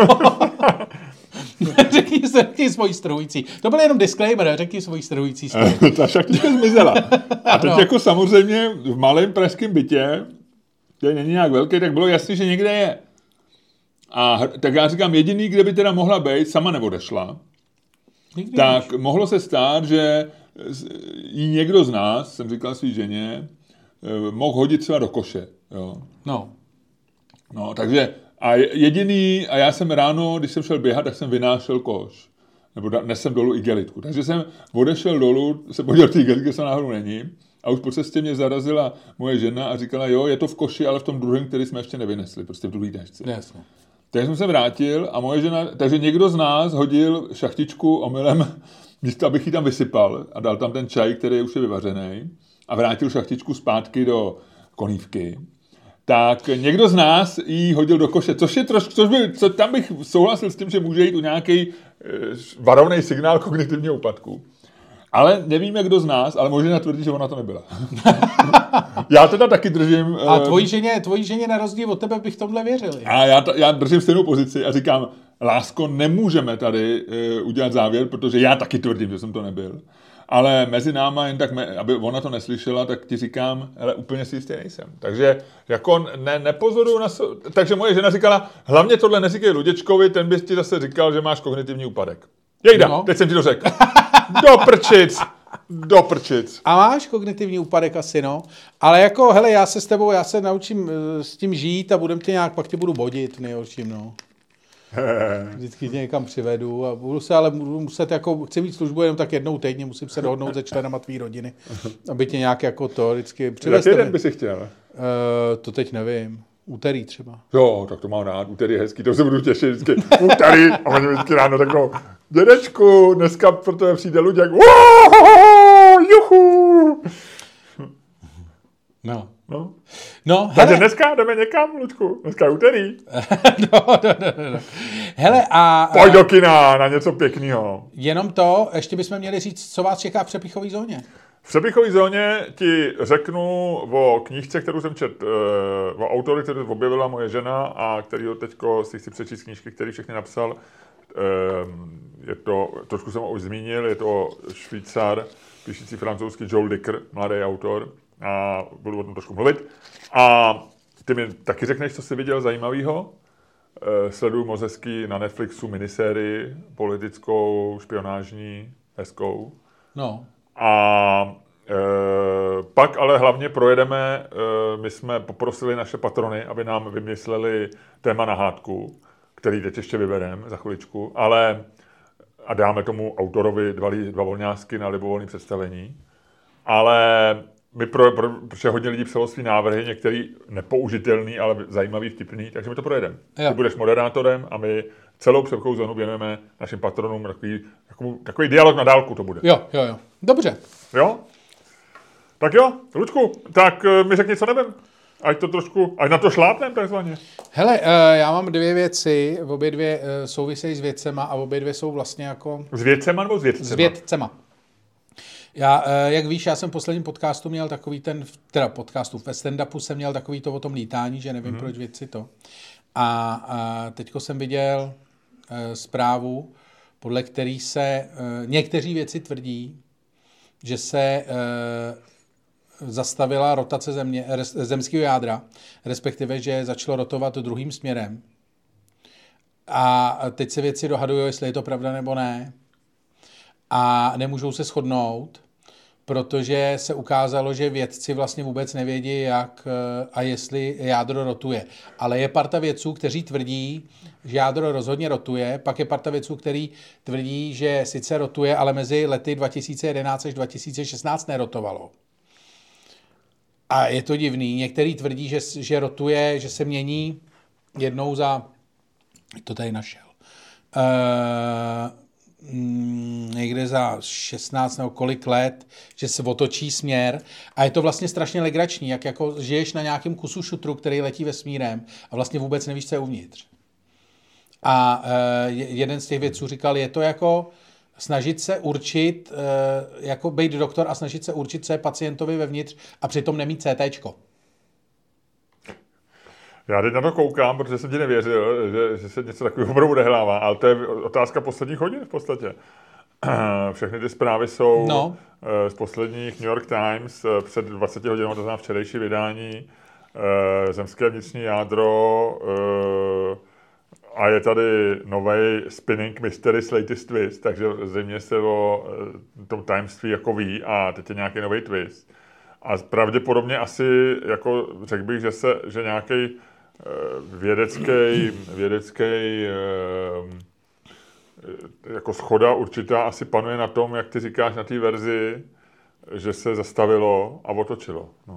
Řekni svoji strhující. To byl jenom disclaimer, řekni svoji strhující. Ta šachtička zmizela. A teď jako samozřejmě v malém pražském bytě, který není nějak velký, tak bylo jasný, že někde je. A tak já říkám, jediný, kde by teda mohla být, sama neodešla, tak mohlo se stát, že jí někdo z nás, jsem říkal svý ženě, mohl hodit třeba do koše. Jo. No, takže a já jsem ráno, když jsem šel běhat, tak jsem vynášel koš. Nebo nesem dolů igelitku. Takže jsem odešel dolů, se podíval ty igelitky, co náhodou není. A už po cestě mě zarazila moje žena a říkala, jo, je to v koši, ale v tom druhém, který jsme ještě nevynesli, prostě v druhý tašce. Jasně. Takže jsem se vrátil a moje žena, takže někdo z nás hodil šachtičku omylem, místo abych ji tam vysypal a dal tam ten čaj, který už je vyvařený a vrátil šachtičku zpátky do konívky, tak někdo z nás ji hodil do koše, co tam bych souhlasil s tím, že může jít u nějaký varovný signál kognitivního úpadku. Ale nevíme, kdo z nás, ale možná tvrdí, že ona to nebyla. Já teda taky držím... A tvojí ženě na rozdíl od tebe bych tomhle věřil. A já držím stejnou pozici a říkám, lásko, nemůžeme tady udělat závěr, protože já taky tvrdím, že jsem to nebyl. Ale mezi náma, jen tak, aby ona to neslyšela, tak ti říkám, ale úplně si jistě nejsem. Takže jako nepozoruju na... Takže moje žena říkala, hlavně tohle neříkej Luděčkovi, ten by ti zase říkal, že máš kognitivní úpadek. Jejda, teď jsem ti to řekl. Do prčic. A máš kognitivní úpadek asi, no. Ale jako, hele, já se naučím s tím žít a pak tě budu bodit v nejhorším, no. Vždycky tě někam přivedu a budu muset jako, chci mít službu jenom tak jednou týdně, musím se dohodnout se členama tvý rodiny, aby tě nějak jako to vždycky přivez. Jaký den by si chtěl? To teď nevím. Úterý třeba. Jo, tak to mám rád. Úterý je hezký, to se budu těšit vždycky. Úterý a oni vždycky ráno řeknou, dědečku, dneska pro tebe přijde Luděk. Juhu. No, takže dneska jdeme někam, Luďku. Dneska je úterý. No. Hele, pojď do kina na něco pěkného. Jenom to, ještě bychom měli říct, co vás čeká v přepichové zóně. V přepichové zóně ti řeknu o knížce, kterou jsem četl, o autory, kterou objevila moje žena a kterýho teďko si chci přečíst knížky, který všechny napsal. Je to, trošku jsem ho už zmínil, je to Švýcar, píšící francouzský Joel Dicker, mladý autor. A budu o tom trošku mluvit. A ty mi taky řekneš, co jsi viděl zajímavého. Sleduju moc hezký na Netflixu minisérii politickou, špionážní, hezkou. No. A pak ale hlavně projedeme, my jsme poprosili naše patrony, aby nám vymysleli téma na hádku, který teď ještě vybereme za chviličku, a dáme tomu autorovi dva volňásky na libovolné představení. Ale protože hodně lidí psalo svý návrhy, některý nepoužitelný, ale zajímavý, vtipný, takže my to projedeme. Ty budeš moderátorem a my celou přepichové zónu věnujeme našim patronům, takový dialog na dálku to bude. Jo. Dobře. Jo? Tak jo, Luďku, tak mi řekni, co nevím. ať na to šlápnem takzvaně. Hele, já mám dvě věci, obě dvě souvisejí s vědcema a obě dvě jsou vlastně jako... S vědcema nebo s vědcema? S vědcema. Já, jak víš, já jsem v posledním podcastu měl takový ve stand-upu jsem měl takový to o tom lítání, že nevím, proč vědci to. A teďko jsem viděl zprávu, podle který se někteří vědci tvrdí, že se zastavila rotace zemského jádra, respektive, že začalo rotovat druhým směrem. A teď se vědci dohadují, jestli je to pravda nebo ne. A nemůžou se shodnout, protože se ukázalo, že vědci vlastně vůbec nevědí, jak a jestli jádro rotuje. Ale je parta vědců, kteří tvrdí, že jádro rozhodně rotuje, pak je parta vědců, kteří tvrdí, že sice rotuje, ale mezi lety 2011 až 2016 nerotovalo. A je to divný. Některý tvrdí, že rotuje, že se mění jednou za... To tady našel. Někde za 16 nebo kolik let, že se otočí směr a je to vlastně strašně legrační, jak jako žiješ na nějakém kusu šutru, který letí vesmírem a vlastně vůbec nevíš, co je uvnitř. A jeden z těch vědců říkal, je to jako snažit se určit, jako být doktor a snažit se určit, co je pacientovi vevnitř a přitom nemít CTčko. Já teď na to koukám, protože jsem ti nevěřil, že se něco takového opravdu odehrává, ale to je otázka posledních hodin v podstatě. Všechny ty zprávy jsou z posledních New York Times před 20 hodinou, to znamená včerejší vydání, zemské vnitřní jádro a je tady nový spinning mystery latest twist, takže zřejmě se o tom tajemství jako ví a teď je nějaký nový twist. A pravděpodobně asi, jako řekl bych, že nějaký vědecký jako shoda určitá asi panuje na tom, jak ty říkáš na té verzi, že se zastavilo a otočilo. No.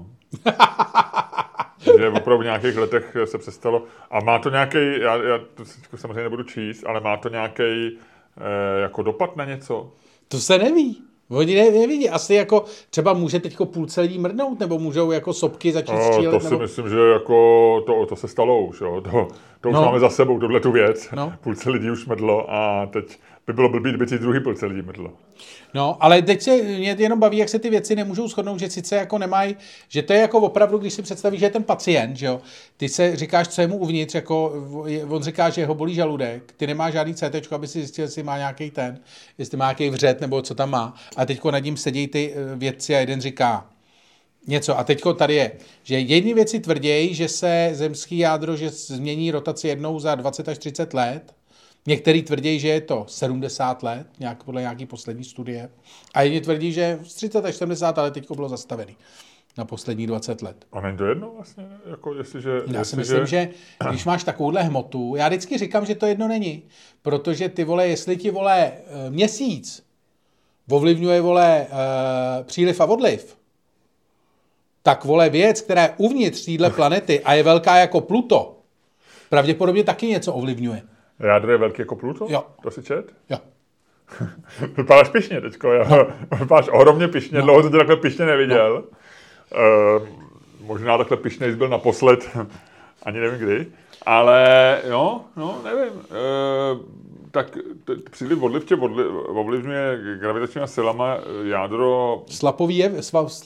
Že opravdu v nějakých letech se přestalo. A má to nějaký, já to samozřejmě nebudu číst, ale má to nějaký jako dopad na něco? To se neví. Oni nevidí. Asi jako třeba může teďko půlce lidí mrdnout, nebo můžou jako sopky začít střílet. To si myslím, že jako to se stalo už. Jo. To už máme za sebou, tu věc. No. Půlce lidí už mrdlo a teď by bylo blbý, kdyby si druhý půlce lidí mrdlo. No, ale teď se mě jenom baví, jak se ty věci nemůžou shodnout, že sice jako nemají, že to je jako opravdu, když si představíš, že je ten pacient, že jo, ty se říkáš, co je mu uvnitř, jako on říká, že ho bolí žaludek, ty nemáš žádný CT, aby si zjistil, jestli má nějaký jestli má nějaký vřet, nebo co tam má. A teďko nad ním sedí ty vědci a jeden říká něco. A teďko tady je, že jedni věci tvrdějí, že se zemský jádro, že změní rotaci jednou za 20 až 30 let. Některý tvrdí, že je to 70 let, podle nějaký poslední studie. A jiní tvrdí, že z 30 až 70 let teďko bylo zastavený na poslední 20 let. A není to jedno vlastně? Jako já si myslím, že když máš takovouhle hmotu, já vždycky říkám, že to jedno není. Protože ty vole, jestli ti vole měsíc ovlivňuje vole příliv a odliv, tak vole věc, která je uvnitř téhle planety a je velká jako Pluto, pravděpodobně taky něco ovlivňuje. Jádro je velký jako Pluto? Jo. To si čet? Jo. Vypadáš pyšně teďko, jo. No. Vypadáš ohromně pyšně, dlouho jsem tě takhle pyšně neviděl. No. Možná takhle pyšnej byl naposled, ani nevím kdy. Ale jo, no, nevím. Tak příliv odliv tě ovlivňuje gravitačníma silama jádro... Svapový jevy?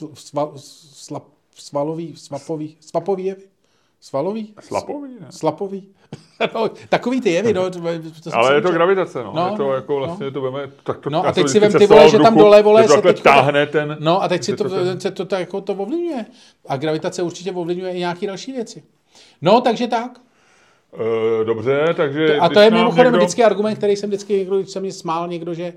Svalový? Slapový, ne? Slapový. No, takový ty jevy, no. Ale je to gravitace, no. Je to jako vlastně, to veme... No a teď si vem ty vole, že tam dole, vole, se teď táhne ten... No a teď si to jako to ovlivňuje. A gravitace určitě ovlivňuje i nějaké další věci. No, takže tak. Dobře, takže... A to je mimochodem vždycky argument, který jsem vždycky, když se mě smál někdo, že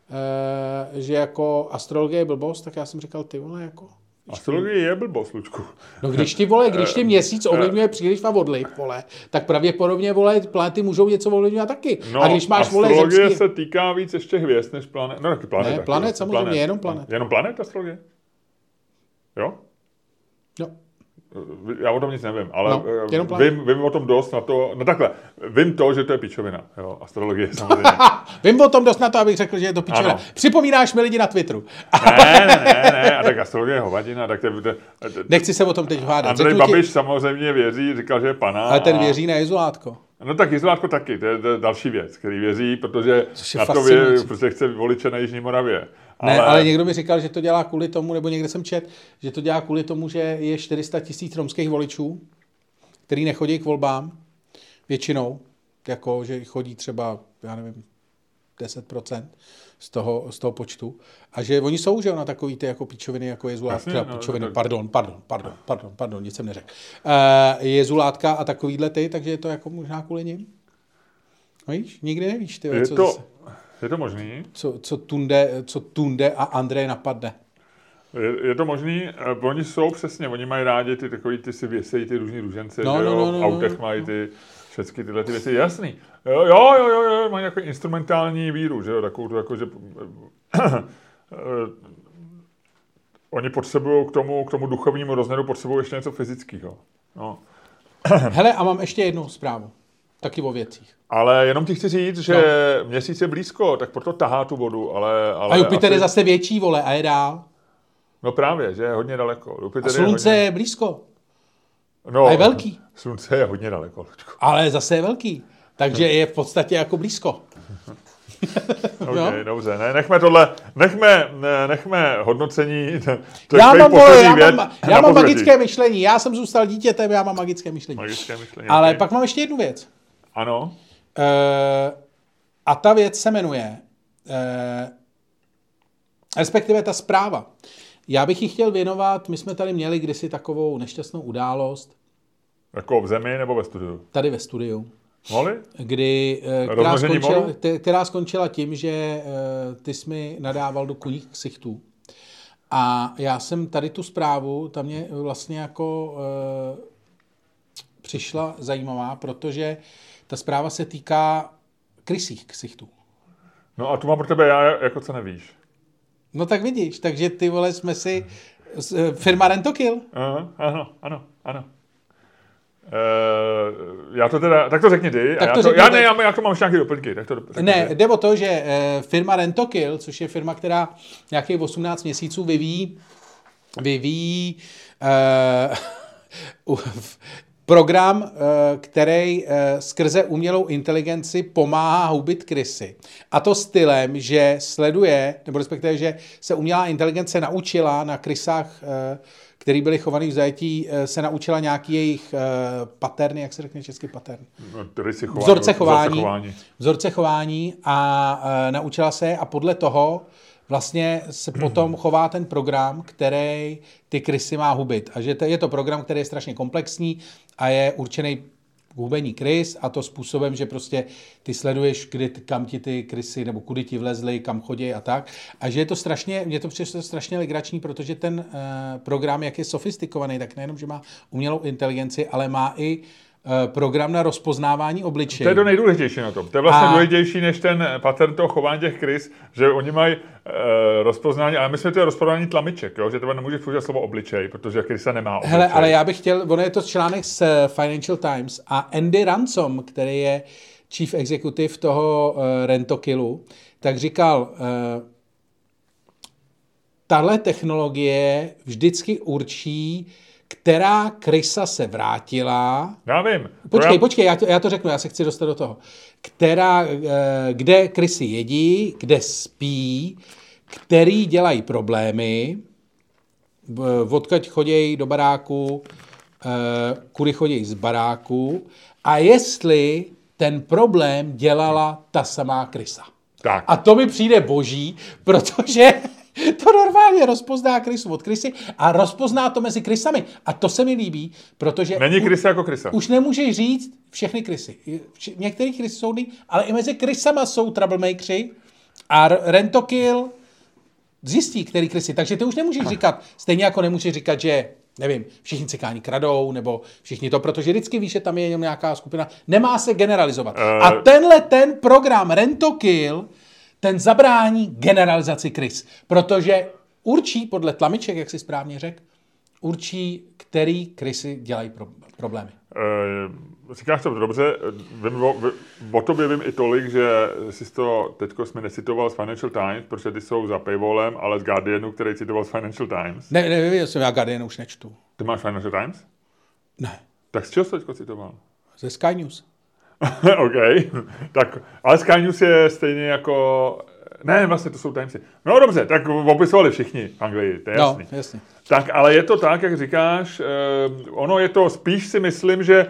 jako astrologie je blbost, tak já jsem říkal, ty vole, jako... Astrologie je blbost, Lučku. No když ti měsíc ovlivňuje příliš a odliv, vole, tak pravděpodobně, vole, planety můžou něco ovlivňovat taky. No, a když máš, vole, astrologie se týká víc ještě hvězd než planet. No taky planet. Ne, taky, planet samozřejmě, jenom planet. Jenom planet astrologie? Jo? Jo. Já o tom nic nevím, ale no, vím o tom dost na to, no takhle, vím to, že to je pičovina, jo, astrologie samozřejmě. Vím o tom dost na to, abych řekl, že je to pičovina. Ano. Připomínáš mi lidi na Twitteru. Ne, a tak astrologie je hovadina, tak nechci se o tom teď hádat. Andrej Babiš samozřejmě věří, říkal, že je pana. Ale ten věří na izolátko. No tak izolátko taky, to je další věc, který věří, protože na to protože chce voliče na Jižní Moravě. Ne, ale někdo mi říkal, že to dělá kvůli tomu, nebo někde jsem čet, že to dělá kvůli tomu, že je 400 000 romských voličů, který nechodí k volbám většinou, jako že chodí třeba, já nevím, 10% z toho počtu. A že oni jsou, že na takový ty jako píčoviny, jako jezulátka, píčoviny, pardon, nic jsem neřekl. Jezulátka a takovýhle ty, takže je to jako možná kvůli nim. Víš? Nikdy nevíš, ty. Je to možný? Co Tunde a Andrej napadne. Je to možný, oni jsou přesně, oni mají rádi ty takový, ty si věsejí ty různý růžence, v autech mají ty všechny tyhle ty věci, jasný. Jo, mají jako instrumentální víru, že jo, takovou to jako, že oni potřebují k tomu duchovnímu rozměru potřebují ještě něco fyzického. No. Hele, a mám ještě jednu zprávu. Taky o věcích. Ale jenom ti chci říct, že měsíc je blízko, tak proto tahá tu vodu, ale a Jupiter je zase větší, vole, a je dál. No právě, že je hodně daleko. Jupiter a Slunce je blízko. No, a je velký. Slunce je hodně daleko. Lučko. Ale zase je velký. Takže je v podstatě jako blízko. Okay, dobře, ne, nechme tohle, nechme hodnocení. Já mám magické myšlení. Já jsem zůstal dítětem, já mám magické myšlení. Ale okay. Pak mám ještě jednu věc. Ano. A ta věc se jmenuje, respektive ta zpráva. Já bych ji chtěl věnovat, my jsme tady měli kdysi takovou nešťastnou událost. Jako v zemi nebo ve studiu? Tady ve studiu. Moli? Která skončila tím, že ty jsi mi nadával do kuních ksichtů. A já jsem tady tu zprávu, ta mě vlastně jako přišla zajímavá, protože ta zpráva se týká krysích ksichtů. No a tu mám pro tebe já, jako co nevíš. No tak vidíš, takže ty vole jsme si firma Rentokill. Ano. Já to teda, tak to řekni ty. Já to mám ještě nějaké doplňky. Jde o to, že firma Rentokill, což je firma, která nějakých 18 měsíců vyvíjí program, který skrze umělou inteligenci pomáhá hubit krysy. A to stylem, že sleduje, nebo respektive, že se umělá inteligence naučila na krysách, který byli chovaný v zajetí, se naučila nějaký jejich paterny, jak se řekne česky pattern? Vzorce chování a naučila se a podle toho vlastně se potom chová ten program, který ty krysy má hubit. A že je to program, který je strašně komplexní a je určený k hubení krys a to způsobem, že prostě ty sleduješ, kam ti ty krysy nebo kudy ti vlezly, kam chodí a tak. A že je to mě to přišlo strašně legrační, protože ten program, jak je sofistikovaný, tak nejenom, že má umělou inteligenci, ale má i program na rozpoznávání obličejů. To je to nejdůležitější na tom. To je vlastně důležitější než ten pattern toho chování těch krys, že oni mají rozpoznání, ale myslím, že to je rozpoznání tlamiček, jo? Že tebe nemůžeš použít slovo obličej, protože krysa nemá obličej. Hele, ale já bych chtěl, ono je to článek z Financial Times a Andy Ransom, který je chief executive toho Rentokillu, tak říkal, tahle technologie vždycky určí, která krysa se vrátila. Já vím. Počkej, já to řeknu, já se chci dostat do toho. Kde krysy jedí, kde spí, který dělají problémy, odkud chodějí do baráku, kudy chodějí z baráku a jestli ten problém dělala ta samá krysa. Tak. A to mi přijde boží, protože to normálně rozpozná krysu od krysy a rozpozná to mezi krysami. A to se mi líbí, protože... Není krysa jako krysa. Už nemůžeš říct všechny krysy. Některé krysy jsou ale i mezi krysama jsou troublemakeri a Rentokill zjistí, který krysy. Takže ty už nemůžeš říkat, stejně jako nemůžeš říkat, že nevím, všichni cikáni kradou, nebo všichni to, protože vždycky víš, že tam je jenom nějaká skupina. Nemá se generalizovat. A ten program Rentokill ten zabrání generalizaci krys, protože určí podle tlamiček, jak si správně řekl, určí, který krysy dělají problémy. Říkáš to dobře, o tobě vím i tolik, že jsi to teďko jsme necitoval z Financial Times, protože ty jsou za paywallem, ale z Guardianu, který citoval z Financial Times. Ne, já Guardian už nečtu. Ty máš Financial Times? Ne. Tak z čeho jsi teďko citoval? Ze Sky News. OK, tak, ale Sky News je stejně jako... Ne, vlastně to jsou Timesy. No dobře, tak opisovali všichni v Anglii, to je jasný. No, jasně. Tak, ale je to tak, jak říkáš, ono je to, spíš si myslím, že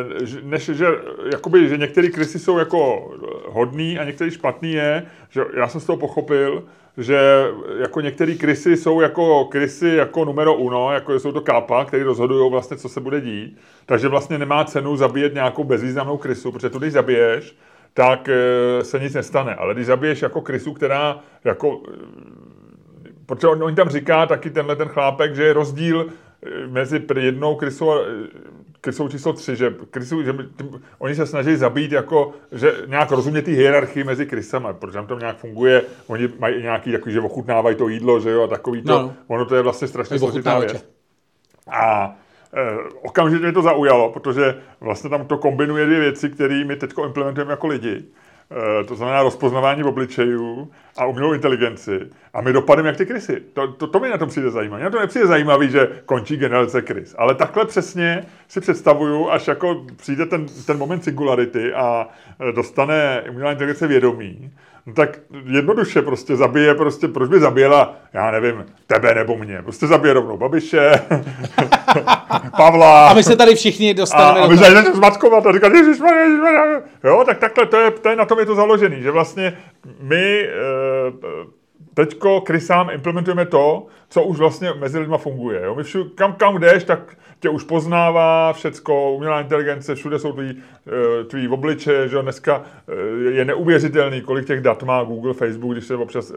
že některé krysy jsou jako hodný a některý špatný je, že já jsem z toho pochopil, že jako některé krysy jsou jako krysy jako numero uno, jako jsou to kápa, který rozhodují vlastně, co se bude dít. Takže vlastně nemá cenu zabíjet nějakou bezvýznamnou krysu, protože tu, když zabiješ, tak se nic nestane. Ale když zabiješ jako krysu, která jako... Protože on tam říká taky ten chlápek, že je rozdíl mezi jednou krysou číslo 3, že oni se snaží zabít jako, že nějak rozumět ty hierarchii mezi krysama, protože tam to nějak funguje, oni mají nějaký takový, že ochutnávají to jídlo, že jo, a takový to, no. Ono to je vlastně strašně složitá věc. A okamžitě mě to zaujalo, protože vlastně tam to kombinuje dvě věci, které my teď implementujeme jako lidi. To znamená rozpoznávání obličejů a umělou inteligenci. A my dopademe jak ty krysy. To mi na tom přijde zajímavé. Na to nepřijde zajímavý, že končí generace krys. Ale takhle přesně si představuju, až jako přijde ten moment singularity a dostane umělá inteligence vědomí, no tak jednoduše prostě zabije, proč by zabijela, já nevím, tebe nebo mě. Prostě zabije rovnou Babiše, Pavla. A my se tady všichni dostaneme. A my se začneme zmatkovat a říkat, ježišmarja. Jo, tak takhle, to je na tom je to založený, že vlastně my teďko krysám implementujeme to, co už vlastně mezi lidma funguje. Jo? My kam jdeš, tak tě už poznává všecko, umělá inteligence, všude jsou tvý obličeje, že dneska je neuvěřitelný, kolik těch dat má Google, Facebook, když se občas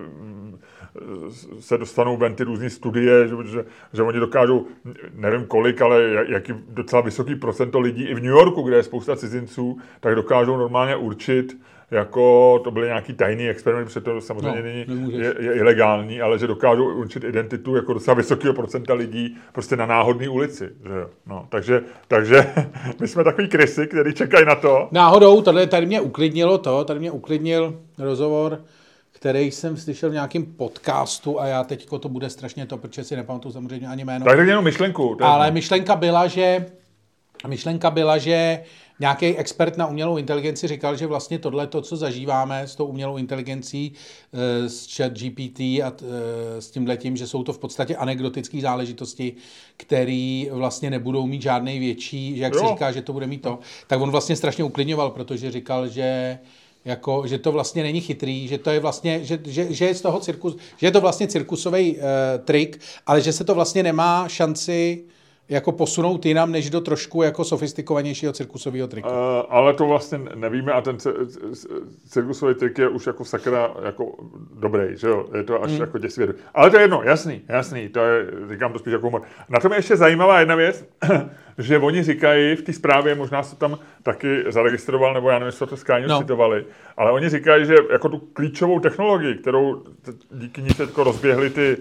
se dostanou ven ty různý studie, že oni dokážou, nevím kolik, ale jaký docela vysoký procento lidí i v New Yorku, kde je spousta cizinců, tak dokážou normálně určit, jako to byly nějaký tajný experiment, protože to samozřejmě je ilegální, ale že dokážou určit identitu jako docela vysokého procenta lidí prostě na náhodné ulici. Že jo? No, takže my jsme takový krysy, který čekají na to. Náhodou, tady mě uklidnil rozhovor, který jsem slyšel v nějakém podcastu a já teďko to bude strašně to, protože si nepamatuju samozřejmě ani jméno. Tak jenom myšlenku. Ale myšlenka byla, že nějaký expert na umělou inteligenci říkal, že vlastně tohle, to, co zažíváme s tou umělou inteligencí, s ChatGPT a s tímhletím, že jsou to v podstatě anekdotické záležitosti, které vlastně nebudou mít žádnej větší, že jak se říká, že to bude mít to, tak on vlastně strašně uklidňoval, protože říkal, že to vlastně není chytrý, že to je vlastně, že je z toho že je to vlastně cirkusový trik, ale že se to vlastně nemá šanci jako posunout jinam, než do trošku jako sofistikovanějšího cirkusového triku. Ale to vlastně nevíme a ten cirkusový trik je už jako sakra jako dobrý, že jo? Je to až jako děsivě. Ale to je jedno, jasný, to je, říkám to spíš jako humor. Na tom je ještě zajímavá jedna věc, že oni říkají v té zprávě, možná se tam taky zaregistroval, nebo já nevím, jestli to Sky News citovali, ale oni říkají, že jako tu klíčovou technologii, kterou díky ní se rozběhly ty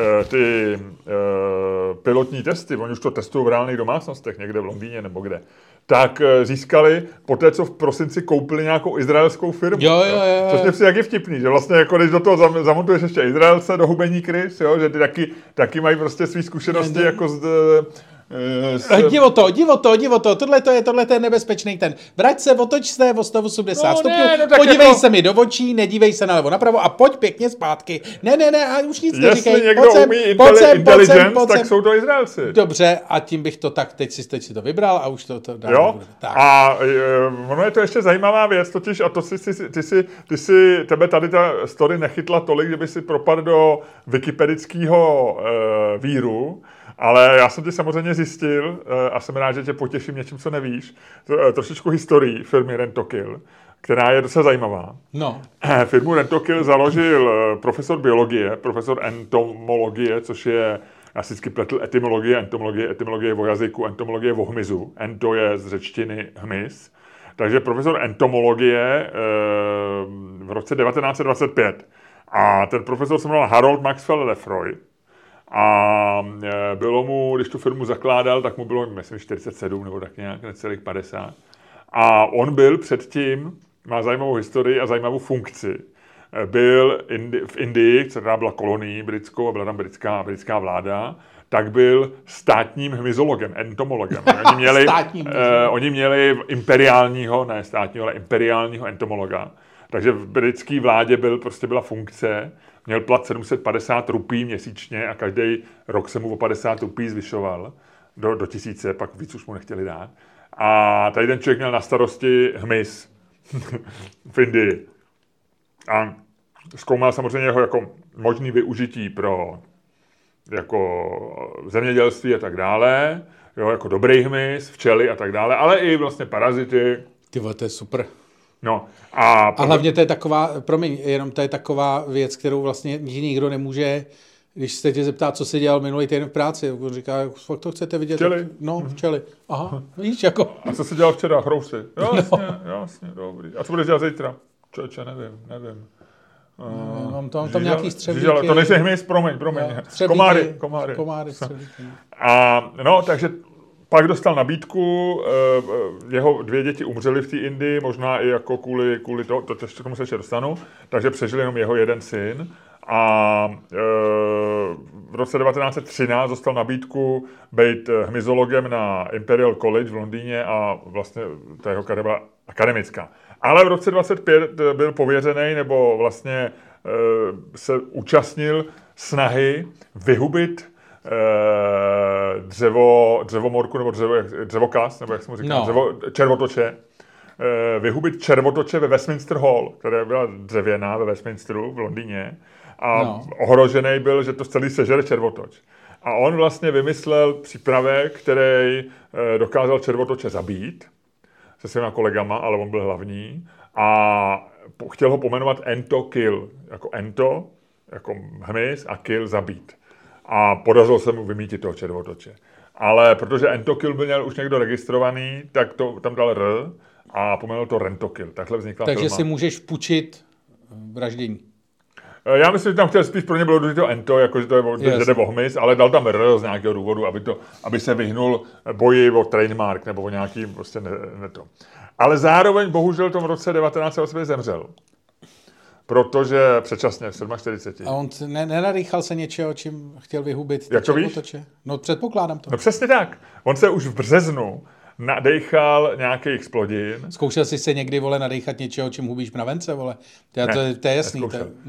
pilotní testy, oni už to testují v reálných domácnostech, někde v Londýně nebo kde, tak získali po té, co v prosinci koupili nějakou izraelskou firmu. Jo. Což mě přijde taky vtipný, že vlastně jako když do toho zamontuješ ještě Izraelce do hubení krys, jo, že ty taky mají prostě svý zkušenosti jako Divo to, tohle je nebezpečný ten. Vrať se, otoč se o 180 stupňů, podívej jako... se mi do očí, nedívej se nalevo napravo a pojď pěkně zpátky. Ne, a už nic neříkej. Jestli někdo umí intelligence, tak jsou to Izraelci. Dobře, a tím bych to tak, teď si to vybral a už to dál. Jo, tak. A ono je to ještě zajímavá věc, totiž, a to tebe tady ta story nechytla tolik, kdyby si propadl do wikipedického víru, ale já jsem ti samozřejmě zjistil, a jsem rád, že tě potěším něčím, co nevíš, trošičku historii firmy Rentokil, která je docela zajímavá. No. Firmu Rentokil založil profesor biologie, profesor entomologie, což je, já si vždycky pletl etymologie o jazyku, entomologie o hmyzu. Ento je z řečtiny hmyz. Takže profesor entomologie v roce 1925. A ten profesor se jmenoval Harold Maxwell Lefroy. A bylo mu, když tu firmu zakládal, tak mu bylo, myslím, 47 nebo tak nějak, necelých 50. A on byl předtím, má zajímavou historii a zajímavou funkci. Byl v Indii, která byla kolonií britskou a byla tam britská vláda, tak byl státním hmyzologem, entomologem. Oni měli imperiálního, ne státního, ale imperiálního entomologa. Takže v britské vládě byla funkce, měl plat 750 rupí měsíčně a každý rok se mu o 50 rupí zvyšoval do 1000, pak víc už mu nechtěli dát. A tady ten člověk měl na starosti hmyz v Indii. A zkoumal samozřejmě jeho jako možný využití pro jako zemědělství a tak dále, jo, jako dobrý hmyz, včely a tak dále, ale i vlastně parazity. Ty vole, to je super. No, a hlavně to je taková, to je taková věc, kterou vlastně nikdo nemůže, když se tě zeptá, co jsi dělal minulý týden v práci, on říká, fakt to chcete vidět? Včely. No, včely. Aha, víš, jako. A co jsi dělal včera? Chrousty. Jasně, dobrý. A co budeš dělat zítra? Člověče, nevím. Mám tam nějaký střevníky. To nejsi hmyz, promiň. Komáry. A no, takže pak dostal nabídku, jeho 2 děti umřely v té Indii, možná i jako kvůli tomu se ještě dostanu, takže přežil jenom jeho jeden syn. A v roce 1913 dostal nabídku být hmyzologem na Imperial College v Londýně a vlastně ta jeho kariéra byla akademická. Ale v roce 25 byl pověřený, nebo vlastně se účastnil snahy vyhubit dřevomorku, nebo dřevokas, nebo jak se mu říká, červotoče. Vyhubit červotoče ve Westminster Hall, která byla dřevěná ve Westminsteru v Londýně. A ohrožený byl, že to celý sežere červotoč. A on vlastně vymyslel přípravek, který dokázal červotoče zabít se svýma kolegama, ale on byl hlavní. A chtěl ho pomenovat Ento Kill. Jako Ento, jako hmyz, a Kill zabít. A podařilo se mu vymítit toho červotoče. Ale protože Ento Kill byl měl už někdo registrovaný, tak to tam dal R a pomenul to Rentokil. Takhle vznikla Takže firma. si můžeš půjčit vraždění. Já myslím, že tam chtěl spíš pro ně bylo důležité to Ento, jakože to je jde o hmyz, ale dal tam R z nějakého důvodu, aby se vyhnul boji o trademark nebo o nějaký prostě ne to. Ale zároveň bohužel v tom roce 1920 zemřel. Protože předčasně v 47. A on nenadýchal se něčeho, čím chtěl vyhubit ty červotoče? No předpokládám to. No přesně tak. On se už v březnu nadejchal nějakých splodin. Zkoušel jsi se někdy, vole, nadejchat něčeho, čím hubíš mravence, vole? To je jasný.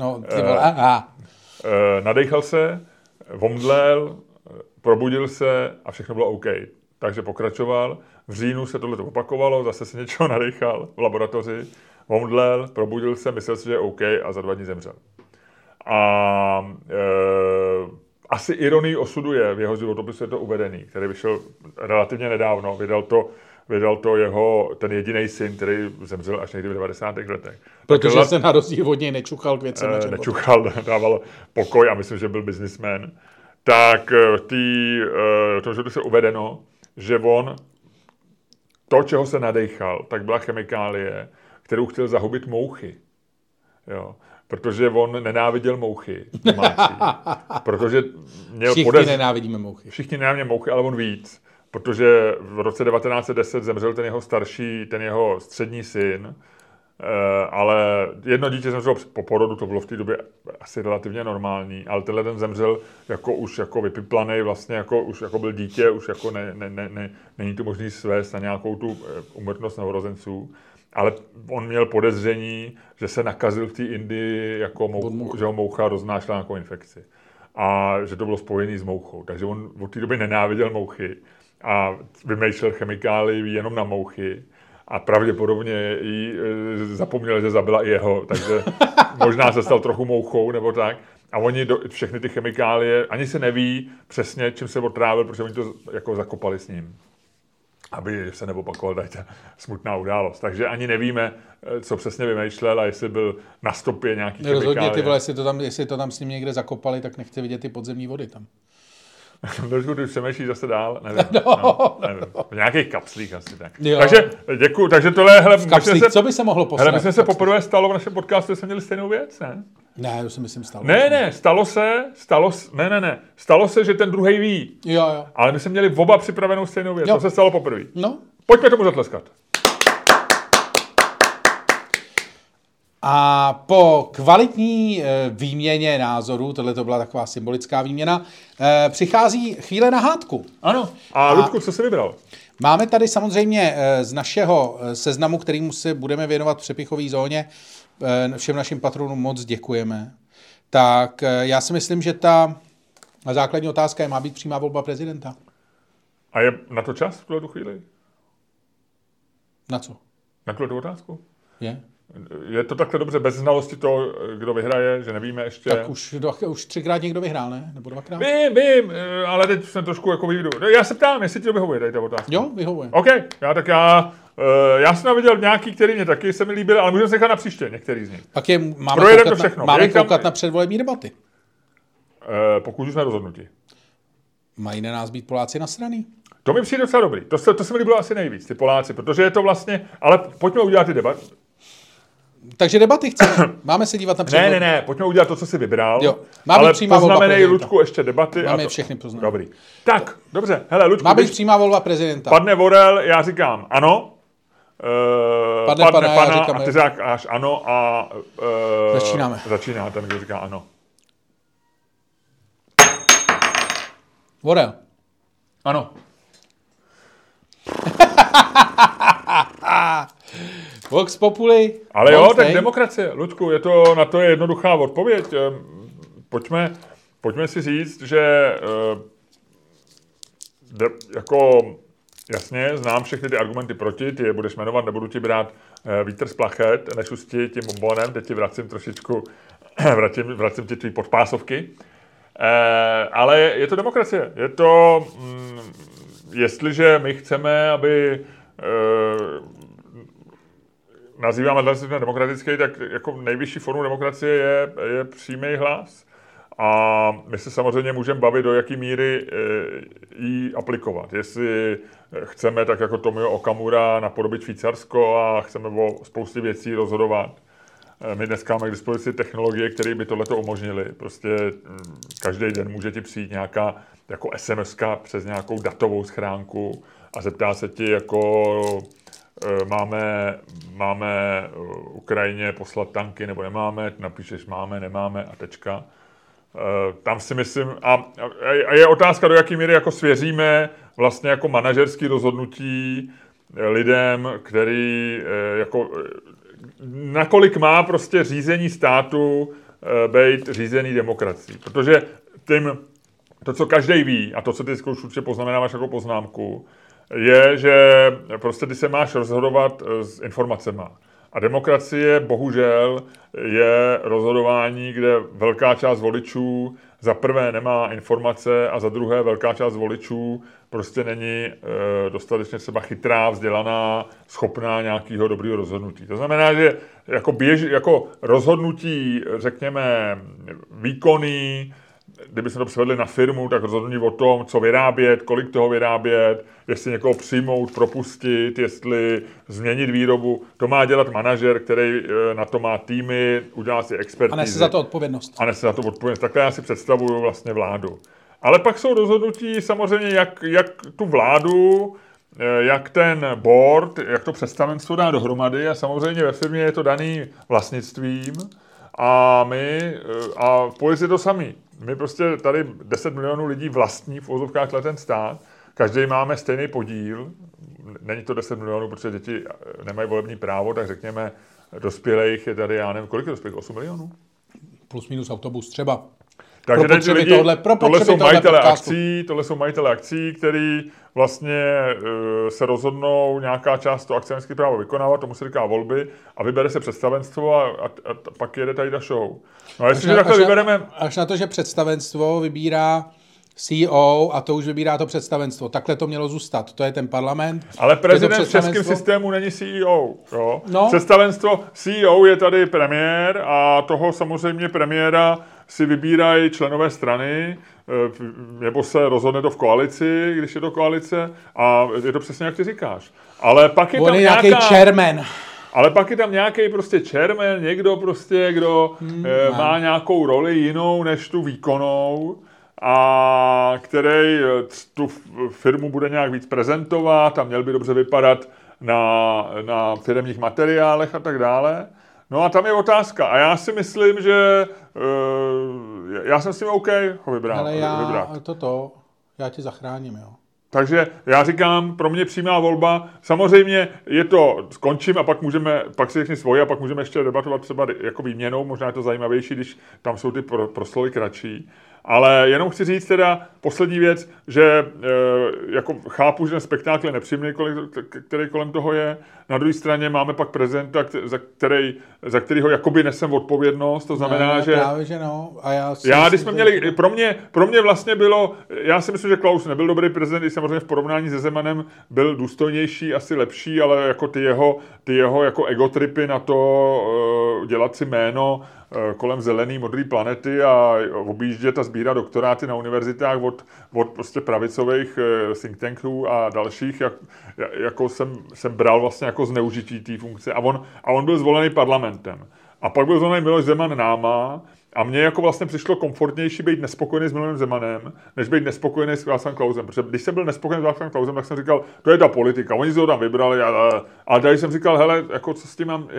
Nadejchal se, omdlel, probudil se a všechno bylo OK. Takže pokračoval. V říjnu se tohle opakovalo, zase se něčeho nadejchal v laboratoři, omdlel, probudil se, myslel si, že je OK a za 2 dny zemřel. A asi ironii osudu je, v jeho životopisu je to uvedený, který vyšel relativně nedávno, vydal to ten jediný syn, který zemřel až někdy v 90. letech. Protože se na rozdíl od něj nečuchal k věcem. Nečuchal, dával pokoj a myslím, že byl businessman. Tak v tom životu se uvedeno, že on to, čeho se nadejchal, tak byla chemikálie, kterou chtěl zahubit mouchy. Jo. Protože on nenáviděl mouchy domácí. Protože Všichni nenávidíme mouchy. Všichni nenávidíme mouchy, ale on víc. Protože v roce 1910 zemřel ten jeho střední syn, ale jedno dítě zemřelo po porodu, to bylo v té době asi relativně normální, ale tenhle ten zemřel už vypiplanej, vlastně už jako byl dítě, už jako není to možný svést na nějakou tu úmrtnost novorozenců. Ale on měl podezření, že se nakazil v té Indii, že ho moucha roznášela nějakou infekci. A že to bylo spojené s mouchou. Takže on od té doby nenáviděl mouchy a vymýšlel chemikálii jenom na mouchy. A pravděpodobně jí zapomněl, že zabila i jeho. Takže možná se stal trochu mouchou nebo tak. A oni všechny ty chemikálie, ani se neví přesně, čím se otrávil, protože oni to jako zakopali s ním. Aby se neopakovala tady ta smutná událost. Takže ani nevíme, co přesně vymýšlel a jestli byl na stopě nějaký chemikálie. Rozhodně ty vole, jestli to tam s ním někde zakopali, tak nechci vidět ty podzemní vody tam. Trošku ty přemýšlíš zase dál? Nevím. Nevím. V nějakých kapslích asi tak. Jo. Takže děkuju. Takže tohle, v kapslích, co by se mohlo poslat? My jsme se poprvé stalo v našem podcastu, že jsme měli stejnou věc, ne? Ne, to si myslím stalo. Ne, stalo se, že ten druhej ví. Jo. Ale my jsme měli oba připravenou stejnou věc. Jo. To se stalo poprvé. No. Pojďme tomu zatleskat. A po kvalitní výměně názorů, tohle to byla taková symbolická výměna, přichází chvíle na hádku. Ano. A Ludku, co jsi vybral? Máme tady samozřejmě z našeho seznamu, kterýmu se budeme věnovat v přepichové zóně, všem našim patronům moc děkujeme. Tak já si myslím, že ta základní otázka je, má být přímá volba prezidenta. A je na to čas v tuhle chvíli? Na co? Na tuhle otázku? Je to takhle dobře bez znalosti toho, kdo vyhraje, že nevíme ještě? Tak už 3krát někdo vyhrál, ne? Nebo 2krát? Vím, ale teď jsem trošku jako vyjdu. Já se ptám, jestli ti to vyhovuje tady ta otázka. Jo, vyhovuje. OK, já jsem viděl nějaký, který mě taky se mi líbil, ale můžeme se nechat na příště, některý z nich. Pak máme koukat tam na předvolební debaty. Pokud už jsme rozhodnutí. Mají na nás být Poláci nasraný? To mi přijde docela dobrý. To se mi líbilo asi nejvíc, ty Poláci, protože je to vlastně, ale pojďme udělat ty debaty. Takže debaty chceme. Máme se dívat na předvolební. Ne, pojďme udělat to, co jsi vybral. Jo. Ale poznamenej, Ludku, ještě debaty. Máme všechny poznamenat. Dobrý. Tak, dobře. Hele, Ludku. Má být přímá volba prezidenta. Padne Vorel, já říkám ano. Padne pana, já říkám, a ty říkáš ano a... Začínáme. Začíná ten, kdo říká ano. Vorel. Ano. Vox Populi. Ale jo, tak demokracie, Ludku, na to je jednoduchá odpověď. Pojďme si říct, že jako jasně, znám všechny ty argumenty proti, ty je budeš jmenovat, nebudu ti brát vítr z plachet, nešustí tím bombonem, teď ti vracím trošičku, vracím ti tvý podpásovky. Ale je to demokracie. Je to, jestliže my chceme, aby nazýváme demokratický, tak jako nejvyšší formu demokracie je přímý hlas. A my se samozřejmě můžeme bavit, do jaké míry ji aplikovat. Jestli chceme, tak jako Tomio Okamura, napodobit Švýcarsko a chceme o spoustě věcí rozhodovat. My dneska máme k dispozici technologie, které by tohleto umožnily. Prostě každý den může ti přijít nějaká jako SMS-ka přes nějakou datovou schránku a zeptá se ti jako máme Ukrajině poslat tanky nebo nemáme, napíšeš máme, nemáme a tečka. Tam si myslím, a je otázka, do jaký míry jako svěříme vlastně jako manažerský rozhodnutí lidem, který jako nakolik má prostě řízení státu být řízený demokracií. Protože to, co každý ví, a to, co ty určitě poznamenáváš jako poznámku, je, že prostě ty se máš rozhodovat s informacema. A demokracie bohužel je rozhodování, kde velká část voličů za prvé nemá informace a za druhé velká část voličů prostě není dostatečně třeba chytrá, vzdělaná, schopná nějakého dobrého rozhodnutí. To znamená, že jako rozhodnutí, řekněme, výkonný, kdyby jsme to převedli na firmu, tak rozhodnutí o tom, co vyrábět, kolik toho vyrábět, jestli někoho přijmout, propustit, jestli změnit výrobu. To má dělat manažer, který na to má týmy, udělá si expertízy. A nese za to odpovědnost. Takhle já si představuju vlastně vládu. Ale pak jsou rozhodnutí samozřejmě, jak tu vládu, jak ten board, jak to představenstvo dá dohromady a samozřejmě ve firmě je to daný vlastnictvím a v policii to samý. My prostě tady 10 milionů lidí vlastní v uvozovkách ten stát, každý máme stejný podíl, není to 10 milionů, protože děti nemají volební právo, tak řekněme, dospělých je tady, já nevím, kolik je dospělých, 8 milionů? Plus minus autobus třeba. Takže tohle jsou majitele akcí, který vlastně se rozhodnou nějaká část to akcionářské právo vykonávat, tomu se říká volby, a vybere se představenstvo a pak jede tady ta show. No a jestliže takhle vybereme... Až na to, že představenstvo vybírá CEO a to už vybírá to představenstvo. Takhle to mělo zůstat. To je ten parlament. Ale prezident v českém systému není CEO. Jo? No. Představenstvo CEO je tady premiér a toho samozřejmě premiéra si vybírají členové strany, nebo se rozhodne to v koalici, když je to koalice, a je to přesně, jak ty říkáš. Ale pak je tam nějaký chairman. Ale pak je tam nějaký prostě chairman, někdo prostě, kdo má nějakou roli jinou než tu výkonnou a který tu firmu bude nějak víc prezentovat a měl by dobře vypadat na firemních materiálech a tak dále. No a tam je otázka. A já si myslím, že já jsem s tím OK ho vybrat. Ale já tě zachráním, jo. Takže já říkám, pro mě přímá volba, samozřejmě je to, skončím a pak si řekni svoje a pak můžeme ještě debatovat třeba jako výměnou, možná je to zajímavější, když tam jsou ty proslovy kratší. Ale jenom chci říct teda poslední věc, že jako chápu, že ten spektákl je nepříjemný, který kolem toho je. Na druhé straně máme pak prezidenta, za kterýho jakoby nesem odpovědnost, to znamená, že... Právě, že no. A když jsme měli, pro mě vlastně bylo, já si myslím, že Klaus nebyl dobrý prezident, i samozřejmě v porovnání se Zemanem byl důstojnější, asi lepší, ale jako ty jeho jako egotripy na to dělat si jméno kolem zelený, modrý planety a objíždět a sbírat doktoráty na univerzitách od prostě pravicových think tanků a dalších, jako jsem bral vlastně jako zneužití té funkce. A on byl zvolený parlamentem. A pak byl zvolený Miloš Zeman náma a mně jako vlastně přišlo komfortnější být nespokojený s Milošem Zemanem, než být nespokojený s Václavem Klausem. Protože když jsem byl nespokojený s Václavem Klausem, tak jsem říkal, to je ta politika, oni se ho tam vybrali, ale tady jsem říkal, hele, jako co s tím mám,